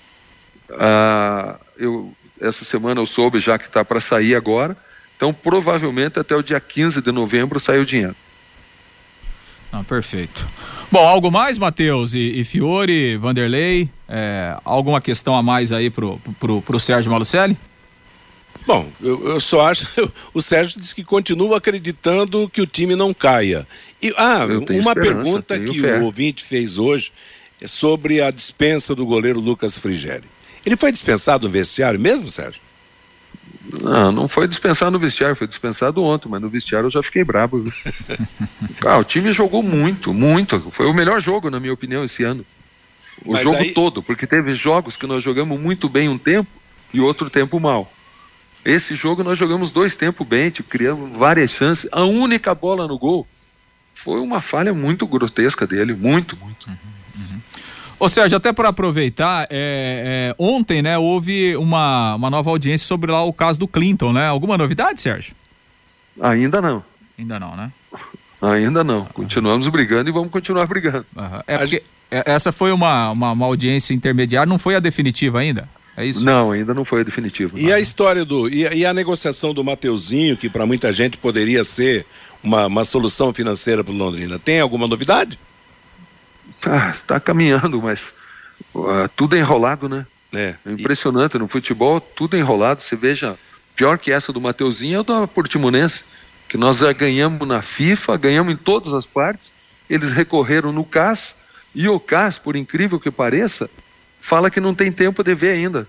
ah, eu, essa semana eu soube já que está para sair agora, então provavelmente até o dia quinze de novembro sai o dinheiro. Ah, perfeito. Bom, algo mais, Matheus e, e Fiore, Vanderlei, é, alguma questão a mais aí pro, pro, pro Sérgio Malucelli? Bom, eu, eu só acho, o Sérgio disse que continua acreditando que o time não caia. E, ah, uma pergunta que fé. o ouvinte fez hoje é sobre a dispensa do goleiro Lucas Frigério. Ele foi dispensado no vestiário mesmo, Sérgio? Não, não foi dispensado no vestiário, foi dispensado ontem, mas no vestiário eu já fiquei brabo. Ah, o time jogou muito, muito. Foi o melhor jogo, na minha opinião, esse ano. O mas jogo aí... todo, porque teve jogos que nós jogamos muito bem um tempo e outro tempo mal. Esse jogo nós jogamos dois tempos bem, tipo, criamos várias chances. A única bola no gol foi uma falha muito grotesca dele, muito, muito. Uhum, uhum. Ô Sérgio, até para aproveitar, é, é, ontem, né, houve uma, uma nova audiência sobre lá o caso do Clinton, né? Alguma novidade, Sérgio? Ainda não. Ainda não, né? Ainda não. Continuamos brigando e vamos continuar brigando. Uhum. É porque essa foi uma, uma, uma audiência intermediária, não foi a definitiva ainda? É isso? Não, ainda não foi a definitiva. E não. a história do... E, e a negociação do Mateuzinho, que para muita gente poderia ser uma, uma solução financeira para o Londrina, tem alguma novidade? Ah, tá caminhando, mas uh, tudo é enrolado, né? É. É impressionante, e... no futebol tudo é enrolado. Você veja, pior que essa do Mateuzinho é o da Portimonense, que nós já ganhamos na FIFA, ganhamos em todas as partes, eles recorreram no C A S, e o C A S, por incrível que pareça, fala que não tem tempo de ver ainda.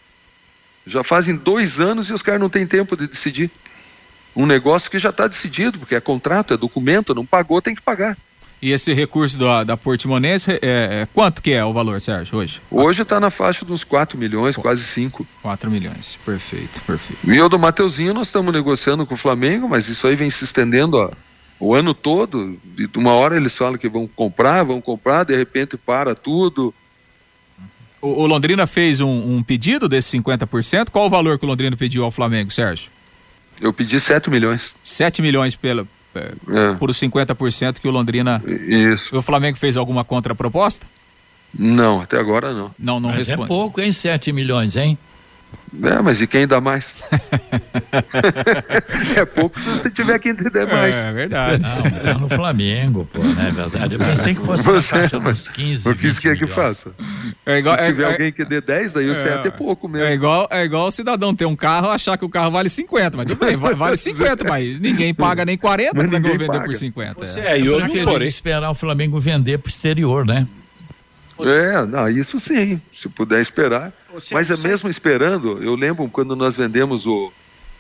Já fazem dois anos e os caras não têm tempo de decidir. Um negócio que já está decidido, porque é contrato, é documento, não pagou, tem que pagar. E esse recurso da, da Portimonense, é, é, quanto que é o valor, Sérgio, hoje? Hoje está na faixa dos quatro milhões, Qu- quase cinco. quatro milhões, perfeito, perfeito. E o do Mateuzinho nós estamos negociando com o Flamengo, mas isso aí vem se estendendo há O ano todo, de uma hora eles falam que vão comprar, vão comprar, de repente para tudo. O, o Londrina fez um, um pedido desses cinquenta por cento. Qual o valor que o Londrina pediu ao Flamengo, Sérgio? Eu pedi sete milhões. sete milhões pela, é. por os cinquenta por cento que o Londrina... Isso. O Flamengo fez alguma contraproposta? Não, até agora não. Não, não Mas responde. É pouco, hein? sete milhões, hein? É, mas e quem dá mais? É pouco se você tiver quem te der mais. É, é verdade. Não, tá no Flamengo, pô, não é verdade? Eu pensei que fosse na faixa dos quinze, o que isso quer que faça? É igual, se tiver é, alguém que dê dez, daí o é, sete é pouco mesmo. É igual, é igual o cidadão ter um carro e achar que o carro vale cinquenta, mas tudo bem, vale cinquenta, mas ninguém paga nem quarenta, mas ninguém vender paga. Por cinquenta. Você é, é e eu não queria esperar o Flamengo vender pro exterior, né? É, não, isso sim, se puder esperar. Você, mas é você... mesmo esperando, eu lembro quando nós vendemos o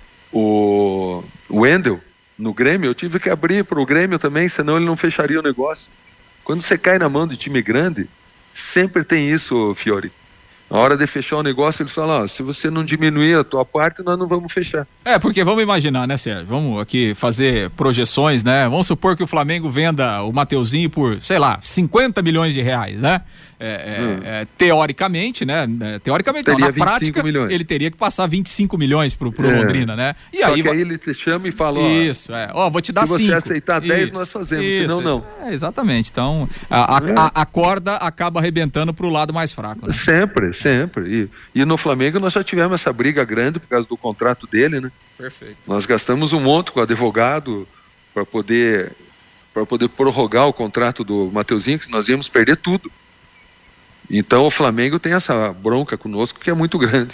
o, o Wendel no Grêmio, eu tive que abrir para o Grêmio também, senão ele não fecharia o negócio. Quando você cai na mão de time grande, sempre tem isso, Fiore. Na hora de fechar o negócio, eles falam, ó, se você não diminuir a tua parte, nós não vamos fechar. É, porque vamos imaginar, né, Sérgio? Vamos aqui fazer projeções, né? Vamos supor que o Flamengo venda o Mateuzinho por, sei lá, cinquenta milhões de reais, né? É, é, hum. é, teoricamente, né? Teoricamente, não, na prática, milhões. Ele teria que passar vinte e cinco milhões pro, pro é. Londrina, né? E Só aí, que aí ele te chama e fala, ó, isso, é. Ó, vou te dar cinco. Se você aceitar dez, nós fazemos, isso. Senão não. É, exatamente. Então, a, a, a, a corda acaba arrebentando pro lado mais fraco. Né? Sempre, sempre. E, e no Flamengo nós já tivemos essa briga grande por causa do contrato dele, né? Perfeito. Nós gastamos um monte com o advogado para poder, para poder prorrogar o contrato do Mateuzinho, que nós íamos perder tudo. Então o Flamengo tem essa bronca conosco que é muito grande.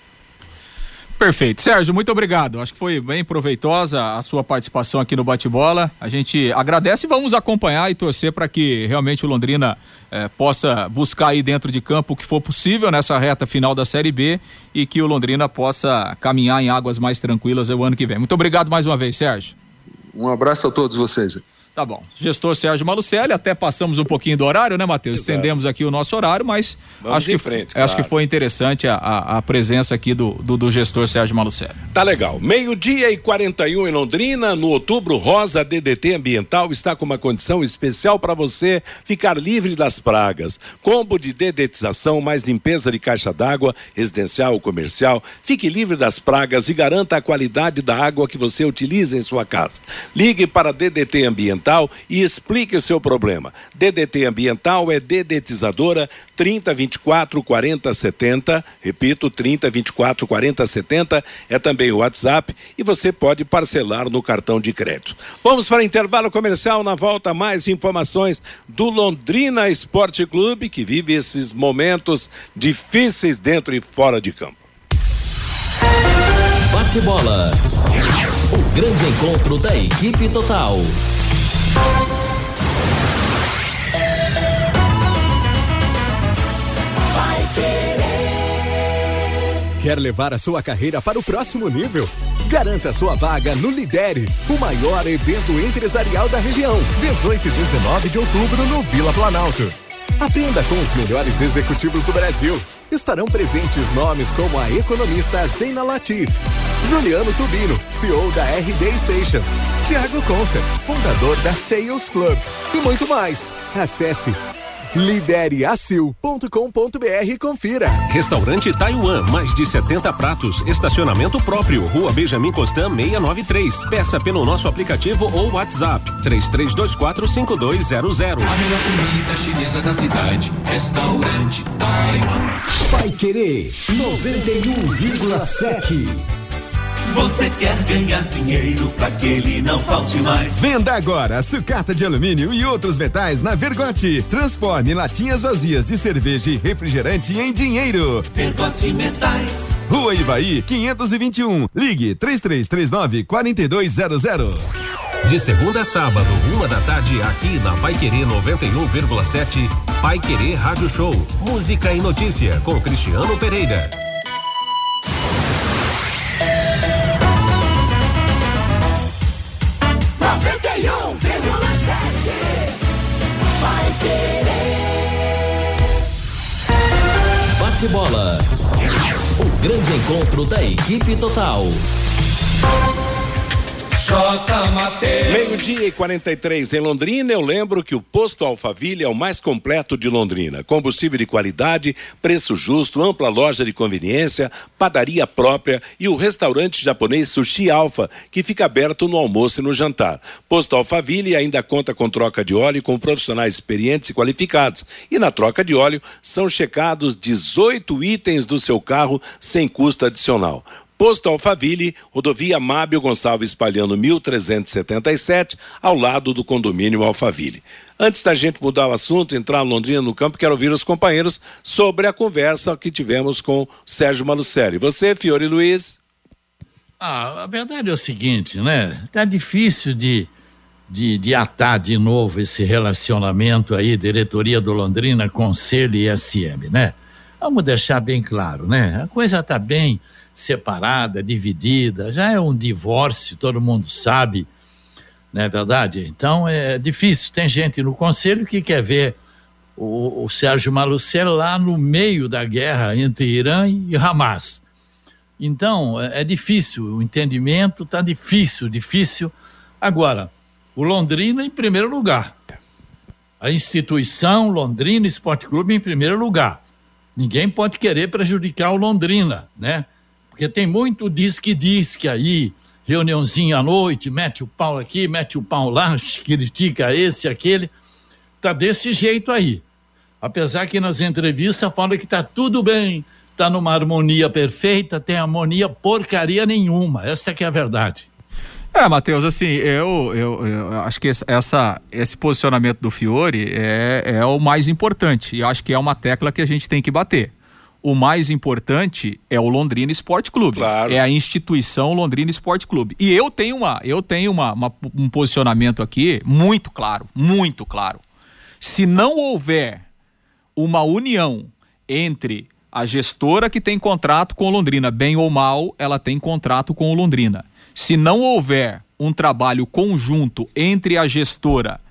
Perfeito. Sérgio, muito obrigado. Acho que foi bem proveitosa a sua participação aqui no Bate-Bola. A gente agradece e vamos acompanhar e torcer para que realmente o Londrina eh, possa buscar aí dentro de campo o que for possível nessa reta final da Série B e que o Londrina possa caminhar em águas mais tranquilas o ano que vem. Muito obrigado mais uma vez, Sérgio. Um abraço a todos vocês. Tá bom. Gestor Sérgio Malucelli, até passamos um pouquinho do horário, né, Matheus? Estendemos aqui o nosso horário, mas acho que, frente, acho claro. que foi interessante a, a, a presença aqui do, do, do gestor Sérgio Malucelli. Tá legal. Meio-dia e quarenta e um em Londrina, no Outubro Rosa D D T Ambiental está com uma condição especial para você ficar livre das pragas. Combo de dedetização mais limpeza de caixa d'água, residencial ou comercial. Fique livre das pragas e garanta a qualidade da água que você utiliza em sua casa. Ligue para D D T Ambiental e explique o seu problema. D D T Ambiental é dedetizadora trinta, vinte e quatro, quarenta, setenta, repito, trinta, vinte e quatro, quarenta, setenta, é também o WhatsApp e você pode parcelar no cartão de crédito. Vamos para intervalo comercial, na volta mais informações do Londrina Esporte Clube, que vive esses momentos difíceis dentro e fora de campo. Bate-bola. O grande encontro da equipe total. Quer levar a sua carreira para o próximo nível? Garanta sua vaga no Lidere, o maior evento empresarial da região. dezoito e dezenove de outubro no Vila Planalto. Aprenda com os melhores executivos do Brasil. Estarão presentes nomes como a economista Zeina Latif, Juliano Tubino, C E O da R D Station, Thiago Concer, fundador da Sales Club e muito mais. Acesse lidere acil ponto com ponto br e confira. Restaurante Taiwan, mais de setenta pratos, estacionamento próprio, Rua Benjamin Constant seiscentos e noventa e três. Peça pelo nosso aplicativo ou WhatsApp três três dois quatro cinco dois zero zero. A melhor comida chinesa da cidade, Restaurante Taiwan. Vai Querer noventa e um vírgula sete. Você quer ganhar dinheiro pra que ele não falte mais? Venda agora sucata de alumínio e outros metais na Vergote. Transforme latinhas vazias de cerveja e refrigerante em dinheiro. Vergote Metais. Rua Ivaí, quinhentos e vinte e um. Ligue três três três nove, quatro dois zero zero. De segunda a sábado, uma da tarde, aqui na Pai Querer noventa e um vírgula sete. Pai Querer Rádio Show. Música e notícia com Cristiano Pereira. noventa e um vírgula sete. Vai Querer. Bate-bola. O grande encontro da equipe total. J. Mateus. Meio-dia e quarenta e três em Londrina. Eu lembro que o Posto Alphaville é o mais completo de Londrina. Combustível de qualidade, preço justo, ampla loja de conveniência, padaria própria e o restaurante japonês Sushi Alfa, que fica aberto no almoço e no jantar. Posto Alphaville ainda conta com troca de óleo com profissionais experientes e qualificados. E na troca de óleo são checados dezoito itens do seu carro sem custo adicional. Posto Alphaville, rodovia Mábio Gonçalves Palhano mil trezentos e setenta e sete, ao lado do condomínio Alphaville. Antes da gente mudar o assunto, entrar em Londrina no campo, quero ouvir os companheiros sobre a conversa que tivemos com Sérgio Malucelli. Você, Fiore Luiz? Ah, a verdade é o seguinte, né? Tá difícil de, de, de atar de novo esse relacionamento aí, diretoria do Londrina, Conselho e S M, né? Vamos deixar bem claro, né? A coisa tá bem separada, dividida, já é um divórcio, todo mundo sabe, não é verdade? Então é difícil, tem gente no conselho que quer ver o, o Sérgio Malucelli lá no meio da guerra entre Irã e Hamas. Então é, é difícil, o entendimento tá difícil, difícil. Agora, o Londrina em primeiro lugar, a instituição Londrina Esporte Clube em primeiro lugar. Ninguém pode querer prejudicar o Londrina, né? Porque tem muito diz que diz que aí, reuniãozinha à noite, mete o pau aqui, mete o pau lá, critica esse, aquele, tá desse jeito aí. Apesar que nas entrevistas fala que tá tudo bem, tá numa harmonia perfeita, tem harmonia porcaria nenhuma, essa que é a verdade. É, Matheus, assim, eu, eu, eu acho que essa, esse posicionamento do Fiore é, é o mais importante, e acho que é uma tecla que a gente tem que bater. O mais importante é o Londrina Esporte Clube. Claro. É a instituição Londrina Esporte Clube. E eu tenho, uma, eu tenho uma, uma, um posicionamento aqui muito claro, muito claro. Se não houver uma união entre a gestora que tem contrato com o Londrina, bem ou mal, ela tem contrato com o Londrina. Se não houver um trabalho conjunto entre a gestora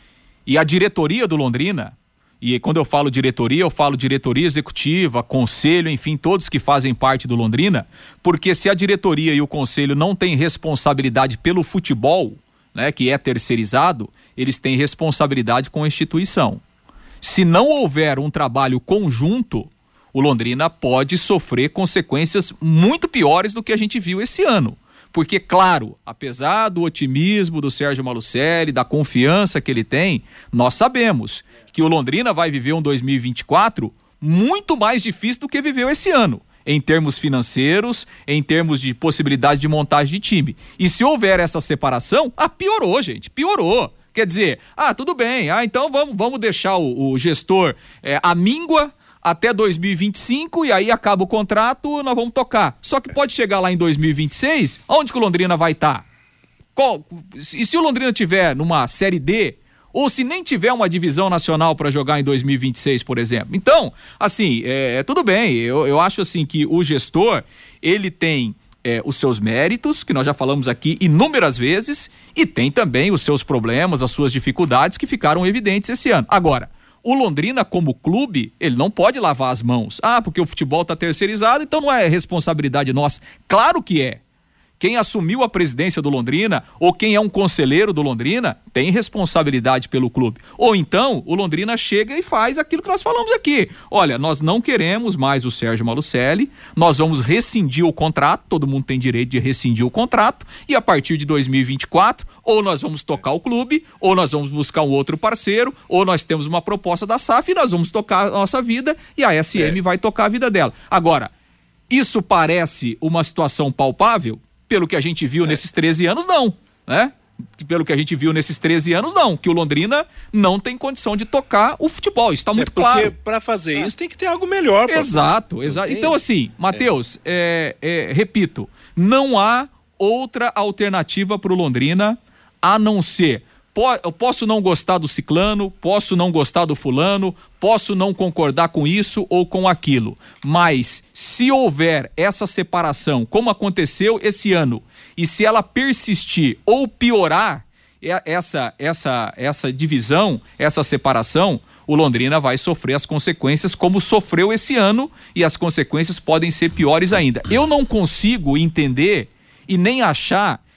e a diretoria do Londrina, e quando eu falo diretoria, eu falo diretoria executiva, conselho, enfim, todos que fazem parte do Londrina, porque se a diretoria e o conselho não têm responsabilidade pelo futebol, né, que é terceirizado, eles têm responsabilidade com a instituição. Se não houver um trabalho conjunto, o Londrina pode sofrer consequências muito piores do que a gente viu esse ano. Porque, claro, apesar do otimismo do Sérgio Malucelli, da confiança que ele tem, nós sabemos que o Londrina vai viver um dois mil e vinte e quatro muito mais difícil do que viveu esse ano, em termos financeiros, em termos de possibilidade de montagem de time. E se houver essa separação, ah, piorou, gente, piorou. Quer dizer, ah, tudo bem, ah, então vamos, vamos deixar o, o gestor é, à míngua até dois mil e vinte e cinco e aí acaba o contrato, nós vamos tocar. Só que pode chegar lá em dois mil e vinte e seis, onde que o Londrina vai estar? Tá? E se o Londrina tiver numa Série D, ou se nem tiver uma divisão nacional para jogar em dois mil e vinte e seis, por exemplo? Então, assim, é, tudo bem, eu, eu acho assim que o gestor, ele tem é, os seus méritos, que nós já falamos aqui inúmeras vezes, e tem também os seus problemas, as suas dificuldades que ficaram evidentes esse ano. Agora, o Londrina, como clube, ele não pode lavar as mãos. Ah, porque o futebol está terceirizado, então não é responsabilidade nossa. Claro que é. Quem assumiu a presidência do Londrina, ou quem é um conselheiro do Londrina, tem responsabilidade pelo clube. Ou então, o Londrina chega e faz aquilo que nós falamos aqui. Olha, nós não queremos mais o Sérgio Malucelli, nós vamos rescindir o contrato, todo mundo tem direito de rescindir o contrato, e a partir de dois mil e vinte e quatro, ou nós vamos tocar o clube, ou nós vamos buscar um outro parceiro, ou nós temos uma proposta da S A F e nós vamos tocar a nossa vida, e a S M é. vai tocar a vida dela. Agora, isso parece uma situação palpável? Pelo que a gente viu é. nesses treze anos, não, né? Pelo que a gente viu nesses treze anos, não, que o Londrina não tem condição de tocar o futebol, isso está muito é claro. Porque para fazer é. isso tem que ter algo melhor. Exato, exato. Então assim, Matheus, é. É, é, repito, não há outra alternativa para o Londrina a não ser, eu posso não gostar do ciclano, posso não gostar do fulano, posso não concordar com isso ou com aquilo, mas se houver essa separação, como aconteceu esse ano, e se ela persistir ou piorar essa, essa, essa divisão, essa separação, o Londrina vai sofrer as consequências como sofreu esse ano, e as consequências podem ser piores ainda. Eu não consigo entender e nem achar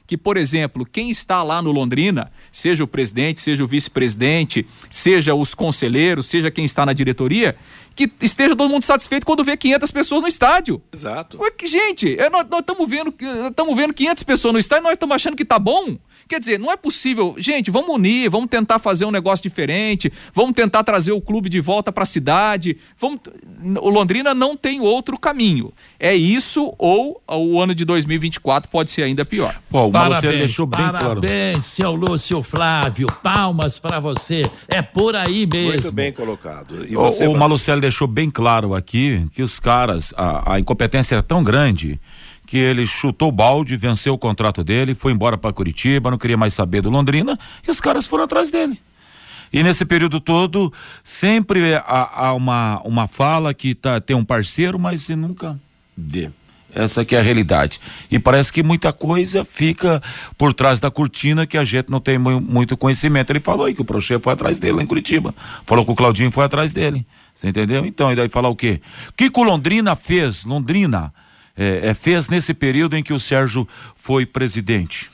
que, por exemplo, quem está lá no Londrina, seja o presidente, seja o vice-presidente, seja os conselheiros, seja quem está na diretoria, que esteja todo mundo satisfeito quando vê quinhentas pessoas no estádio. Exato. Ué, que, gente, é, nós estamos vendo, estamos vendo quinhentas pessoas no estádio e nós estamos achando que tá bom. Quer dizer, não é possível. Gente, vamos unir, vamos tentar fazer um negócio diferente, vamos tentar trazer o clube de volta para a cidade. Vamos... O Londrina não tem outro caminho. É isso ou o ano de dois mil e vinte e quatro pode ser ainda pior. Pô, o parabéns, Malucelli deixou bem parabéns, claro. Parabéns, seu Lúcio Flávio. Palmas para você. É por aí mesmo. Muito bem colocado. E O, você, o Malucelli deixou bem claro aqui que os caras, a, a incompetência era tão grande que ele chutou o balde, venceu o contrato dele, foi embora para Curitiba, não queria mais saber do Londrina, e os caras foram atrás dele. E nesse período todo, sempre há, há uma, uma fala que tá, tem um parceiro, mas você nunca vê. Essa que é a realidade. E parece que muita coisa fica por trás da cortina que a gente não tem mu- muito conhecimento. Ele falou aí que o Prochê foi atrás dele lá em Curitiba. Falou que o Claudinho foi atrás dele. Você entendeu? Então, e daí falar o quê? O que que o Londrina fez? Londrina É, é, fez nesse período em que o Sérgio foi presidente?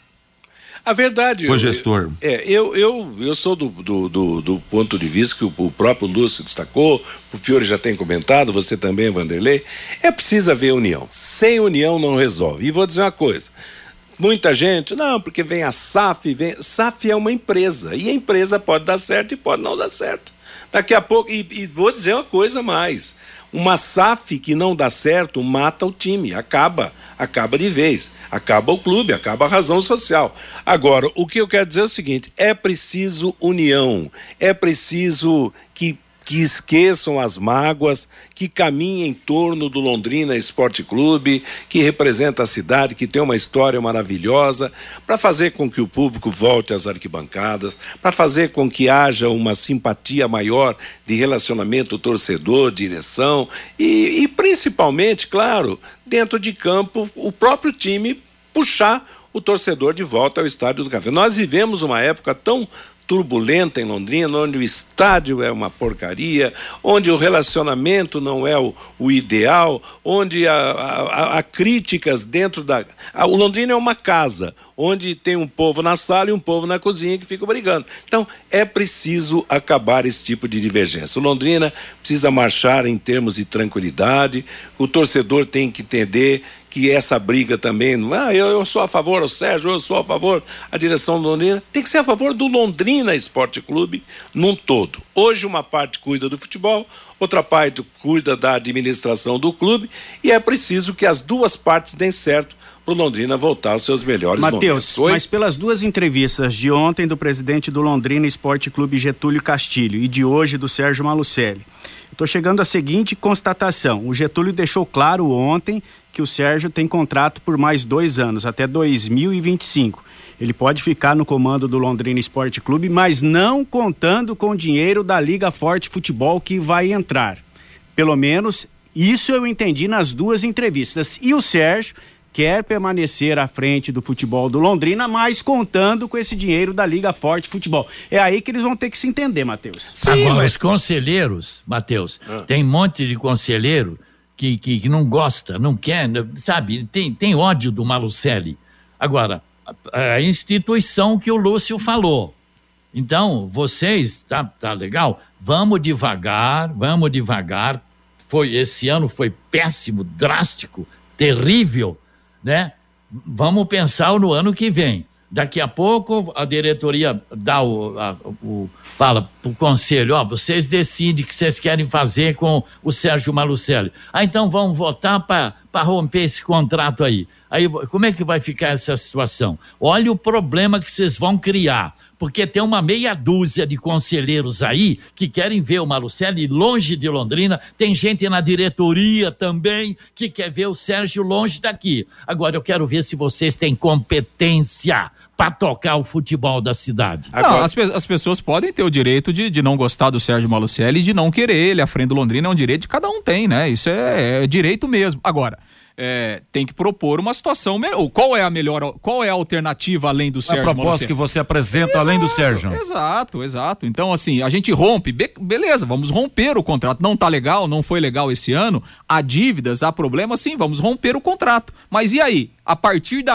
A verdade... Foi gestor. Eu, é, eu, eu, eu sou do, do, do, do ponto de vista que o, o próprio Lúcio destacou, o Fiore já tem comentado, você também, Vanderlei, é preciso haver união. Sem união não resolve. E vou dizer uma coisa, muita gente, não, porque vem a S A F, vem... S A F é uma empresa, e a empresa pode dar certo e pode não dar certo. Daqui a pouco, e, e vou dizer uma coisa mais, uma S A F que não dá certo mata o time, acaba, acaba de vez, acaba o clube, acaba a razão social. Agora, o que eu quero dizer é o seguinte, é preciso união, é preciso que que esqueçam as mágoas, que caminhem em torno do Londrina Esporte Clube, que representa a cidade, que tem uma história maravilhosa, para fazer com que o público volte às arquibancadas, para fazer com que haja uma simpatia maior de relacionamento torcedor, direção e, e principalmente, claro, dentro de campo, o próprio time puxar o torcedor de volta ao Estádio do Café. Nós vivemos uma época tão turbulenta em Londrina, onde o estádio é uma porcaria, onde o relacionamento não é o, o ideal, onde há, há, há críticas dentro da... A, o Londrina é uma casa, onde tem um povo na sala e um povo na cozinha que fica brigando. Então, é preciso acabar esse tipo de divergência. O Londrina precisa marchar em termos de tranquilidade, o torcedor tem que entender que essa briga também, ah, eu, eu sou a favor do Sérgio, eu sou a favor a direção do Londrina, tem que ser a favor do Londrina Esporte Clube num todo. Hoje uma parte cuida do futebol, outra parte cuida da administração do clube e é preciso que as duas partes deem certo para o Londrina voltar aos seus melhores Mateus, momentos. mas pelas duas entrevistas de ontem do presidente do Londrina Esporte Clube, Getúlio Castilho, e de hoje do Sérgio Malucelli, estou chegando à seguinte constatação. O Getúlio deixou claro ontem que o Sérgio tem contrato por mais dois anos, até dois mil e vinte e cinco. Ele pode ficar no comando do Londrina Esporte Clube, mas não contando com o dinheiro da Liga Forte Futebol que vai entrar. Pelo menos isso eu entendi nas duas entrevistas. E o Sérgio quer permanecer à frente do futebol do Londrina, mas contando com esse dinheiro da Liga Forte Futebol. É aí que eles vão ter que se entender, Matheus. Sim, agora, mas... os conselheiros, Matheus, ah. tem um monte de conselheiro que, que, que não gosta, não quer, sabe, tem, tem ódio do Malucelli. Agora, a, a instituição que o Lúcio falou. Então, vocês, tá, tá legal? Vamos devagar, vamos devagar. Foi, esse ano foi péssimo, drástico, terrível, né? Vamos pensar no ano que vem. Daqui a pouco a diretoria dá o, a, o fala pro conselho, ó, vocês decidem o que vocês querem fazer com o Sérgio Malucelli. Ah, então vamos votar para romper esse contrato aí. Aí como é que vai ficar essa situação? Olha o problema que vocês vão criar, porque tem uma meia dúzia de conselheiros aí que querem ver o Malucelli longe de Londrina, tem gente na diretoria também que quer ver o Sérgio longe daqui. Agora eu quero ver se vocês têm competência para tocar o futebol da cidade. Não, as, as pessoas podem ter o direito de, de não gostar do Sérgio Malucelli e de não querer ele à frente do Londrina, é um direito que cada um tem, né? Isso é, é direito mesmo. Agora, É, tem que propor uma situação melhor. Qual é a melhor, qual é a alternativa além do Sérgio? A proposta que você apresenta exato, além do Sérgio. Exato, exato. Então, assim, a gente rompe, be- beleza, vamos romper o contrato. Não tá legal, não foi legal esse ano, há dívidas, há problemas, sim, vamos romper o contrato. Mas e aí? A partir daí,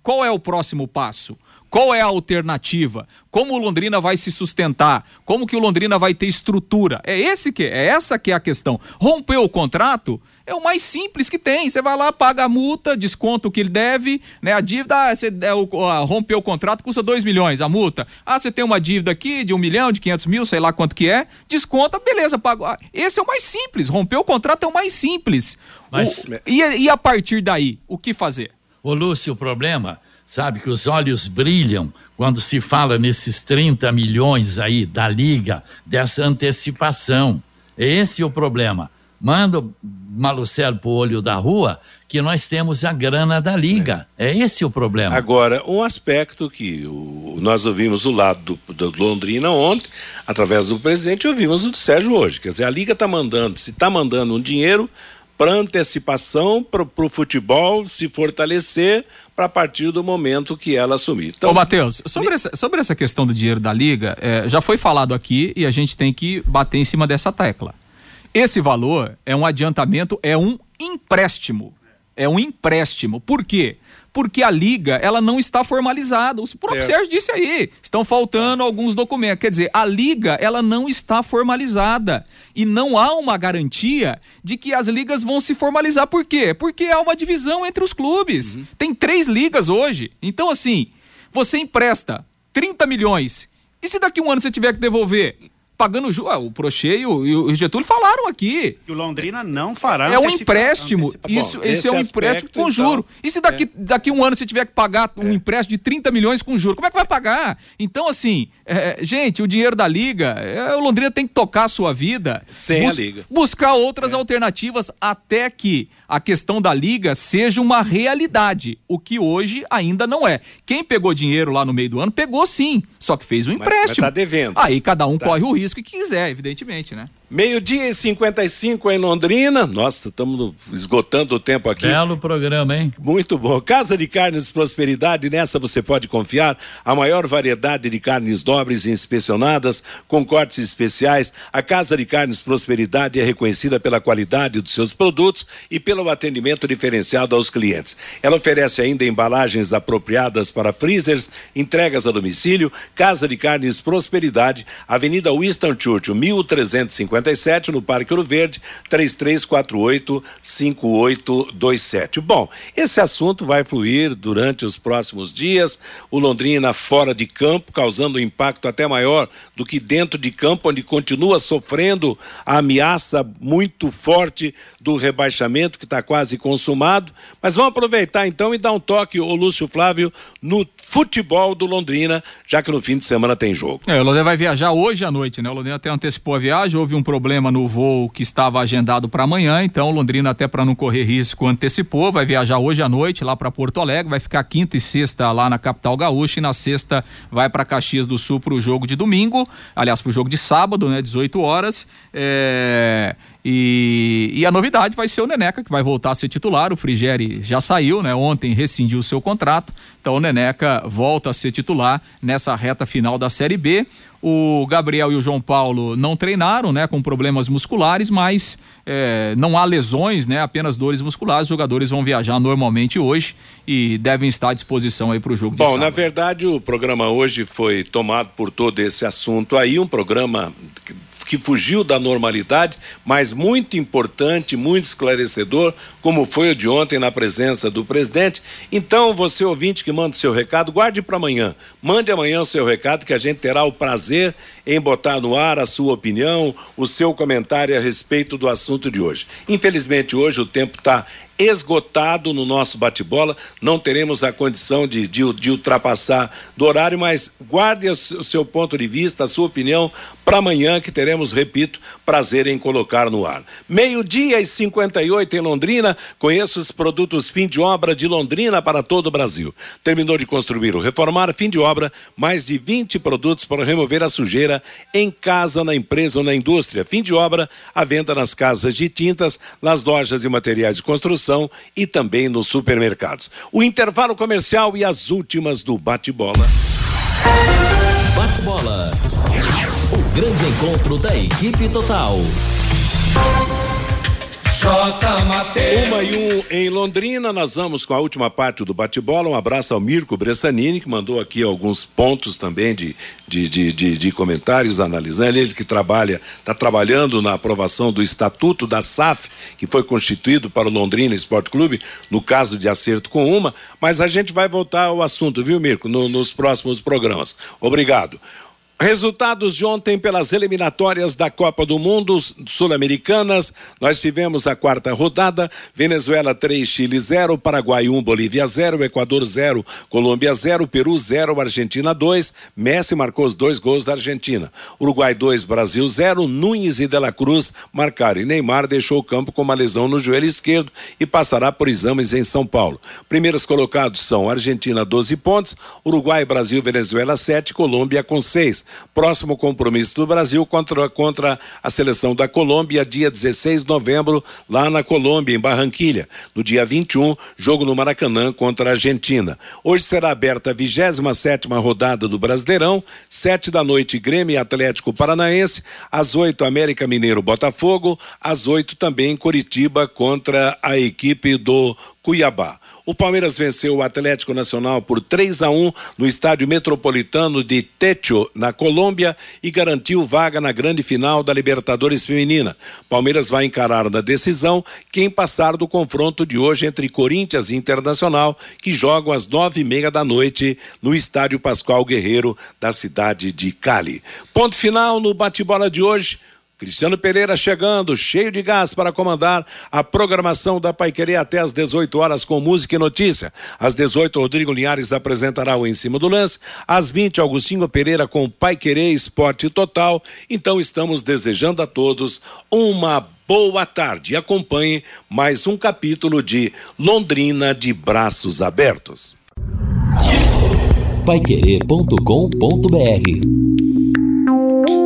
Qual é o próximo passo? Qual é a alternativa? Como o Londrina vai se sustentar? Como que o Londrina vai ter estrutura? É esse que é essa que é a questão. Romper o contrato é o mais simples que tem. Você vai lá, paga a multa, desconta o que ele deve, né? A dívida, ah, você é, o, a, romper o contrato custa dois milhões, a multa. Ah, você tem uma dívida aqui de um milhão, de quinhentos mil, sei lá quanto que é, desconta, beleza, paga. Esse é o mais simples. Romper o contrato é o mais simples. Mas... O, e, e a partir daí, o que fazer? Ô Lúcio, o problema, sabe, que os olhos brilham quando se fala nesses trinta milhões aí da Liga, dessa antecipação. Esse é o problema. Manda o Malucello pro olho da rua que nós temos a grana da Liga. É, é esse o problema. Agora, um aspecto que o, nós ouvimos do lado do, do Londrina ontem, através do presidente, e ouvimos o do Sérgio hoje. Quer dizer, a Liga está mandando, se está mandando um dinheiro para antecipação, para o futebol se fortalecer para a partir do momento que ela assumir. Então, Ô Matheus, sobre, essa, sobre essa questão do dinheiro da Liga, é, já foi falado aqui e a gente tem que bater em cima dessa tecla. Esse valor é um adiantamento, é um empréstimo. É um empréstimo. Por quê? Porque a Liga, ela não está formalizada. O próprio certo. Sérgio disse aí, estão faltando alguns documentos. Quer dizer, a Liga, ela não está formalizada. E não há uma garantia de que as ligas vão se formalizar. Por quê? Porque há uma divisão entre os clubes. Uhum. Tem três ligas hoje. Então, assim, você empresta trinta milhões. E se daqui um ano você tiver que devolver? Pagando ju... ah, o Prochê e o, e o Getúlio falaram aqui. Que o Londrina não fará. É um empréstimo. Antecipa... Isso, Bom, esse é um empréstimo com juro. Então, e se daqui, é. daqui um ano você tiver que pagar um é. empréstimo de trinta milhões com juro, como é que vai pagar? Então, assim, é, gente, o dinheiro da Liga, é, o Londrina tem que tocar a sua vida. Sem bus... a Liga. Buscar outras é. alternativas até que a questão da Liga seja uma realidade, o que hoje ainda não é. Quem pegou dinheiro lá no meio do ano, pegou sim, só que fez um empréstimo. Mas, mas tá devendo. Aí cada um tá. corre o risco que quiser, evidentemente, né? Meio-dia e cinquenta e cinco em Londrina. Nossa, estamos esgotando o tempo aqui. Belo programa, hein? Muito bom. Casa de Carnes Prosperidade, nessa você pode confiar. A maior variedade de carnes nobres e inspecionadas, com cortes especiais. A Casa de Carnes Prosperidade é reconhecida pela qualidade dos seus produtos e pelo atendimento diferenciado aos clientes. Ela oferece ainda embalagens apropriadas para freezers, entregas a domicílio. Casa de Carnes Prosperidade, Avenida Winston Churchill, mil trezentos e cinquenta e sete, no Parque Ouro Verde, três três quatro oito, cinco oito dois sete. Bom, esse assunto vai fluir durante os próximos dias. O Londrina fora de campo, causando um impacto até maior do que dentro de campo, onde continua sofrendo a ameaça muito forte do rebaixamento, que está quase consumado. Mas vamos aproveitar então e dar um toque, ô Lúcio Flávio, no futebol do Londrina, já que no fim de semana tem jogo. É, o Londrina vai viajar hoje à noite, né? O Londrina até antecipou a viagem, houve um problema no voo que estava agendado para amanhã, então o Londrina, até para não correr risco, antecipou, vai viajar hoje à noite lá para Porto Alegre, vai ficar quinta e sexta lá na capital gaúcha e na sexta vai para Caxias do Sul para o jogo de domingo, aliás, para o jogo de sábado, né? dezoito horas. É... E, e a novidade vai ser o Neneca, que vai voltar a ser titular. O Frigeri já saiu, né? Ontem rescindiu o seu contrato, então o Neneca volta a ser titular nessa reta final da Série B. O Gabriel e o João Paulo não treinaram, né? Com problemas musculares, mas é, não há lesões, né? Apenas dores musculares. Os jogadores vão viajar normalmente hoje e devem estar à disposição aí para o jogo de sábado. Bom, na verdade o programa hoje foi tomado por todo esse assunto aí, um programa que que fugiu da normalidade, mas muito importante, muito esclarecedor, como foi o de ontem na presença do presidente. Então, você ouvinte que manda o seu recado, guarde para amanhã. Mande amanhã o seu recado, que a gente terá o prazer em botar no ar a sua opinião, o seu comentário a respeito do assunto de hoje. Infelizmente, hoje o tempo está esgotado no nosso bate-bola, não teremos a condição de, de, de ultrapassar do horário, mas guarde o seu ponto de vista, a sua opinião para amanhã, que teremos, repito, prazer em colocar no ar. Meio-dia e cinquenta e oito em Londrina. Conheça os produtos fim de obra de Londrina para todo o Brasil. Terminou de construir ou reformar, fim de obra, mais de vinte produtos para remover a sujeira em casa, na empresa ou na indústria. Fim de obra, a venda nas casas de tintas, nas lojas e materiais de construção e também nos supermercados. O intervalo comercial e as últimas do bate-bola. Bate-bola. O grande encontro da equipe total. Uma e um em Londrina, nós vamos com a última parte do bate-bola. Um abraço ao Mirko Bressanini, que mandou aqui alguns pontos também de, de, de, de, de comentários, analisando. Ele que trabalha, está trabalhando na aprovação do Estatuto da S A F, que foi constituído para o Londrina Esporte Clube, no caso de acerto com uma, mas a gente vai voltar ao assunto, viu, Mirko, no, nos próximos programas. Obrigado. Resultados de ontem pelas eliminatórias da Copa do Mundo Sul-Americanas. Nós tivemos a quarta rodada: Venezuela três, Chile zero, Paraguai um, Bolívia zero, Equador zero, Colômbia zero, Peru zero, Argentina dois. Messi marcou os dois gols da Argentina. Uruguai dois, Brasil zero. Nunes e De La Cruz marcaram. E Neymar deixou o campo com uma lesão no joelho esquerdo e passará por exames em São Paulo. Primeiros colocados são Argentina doze pontos, Uruguai, Brasil, Venezuela sete, Colômbia com seis. Próximo compromisso do Brasil contra, contra a seleção da Colômbia, dia dezesseis de novembro, lá na Colômbia, em Barranquilha. No dia vinte e um, jogo no Maracanã contra a Argentina. Hoje será aberta a vigésima sétima rodada do Brasileirão, sete da noite, Grêmio e Atlético Paranaense, às oito, América Mineiro Botafogo, às oito também Coritiba contra a equipe do Cuiabá. O Palmeiras venceu o Atlético Nacional por três a um no estádio Metropolitano de Techo, na Colômbia, e garantiu vaga na grande final da Libertadores Feminina. Palmeiras vai encarar na decisão quem passar do confronto de hoje entre Corinthians e Internacional, que jogam às nove e meia da noite no estádio Pascoal Guerreiro da cidade de Cali. Ponto final no bate-bola de hoje. Cristiano Pereira chegando, cheio de gás para comandar a programação da Paiquerê até às dezoito horas com música e notícia. Às dezoito, Rodrigo Linhares apresentará o Em Cima do Lance. Às vinte, Augustinho Pereira com Paiquerê Esporte Total. Então estamos desejando a todos uma boa tarde. Acompanhe mais um capítulo de Londrina de Braços Abertos. paiquerê ponto com ponto br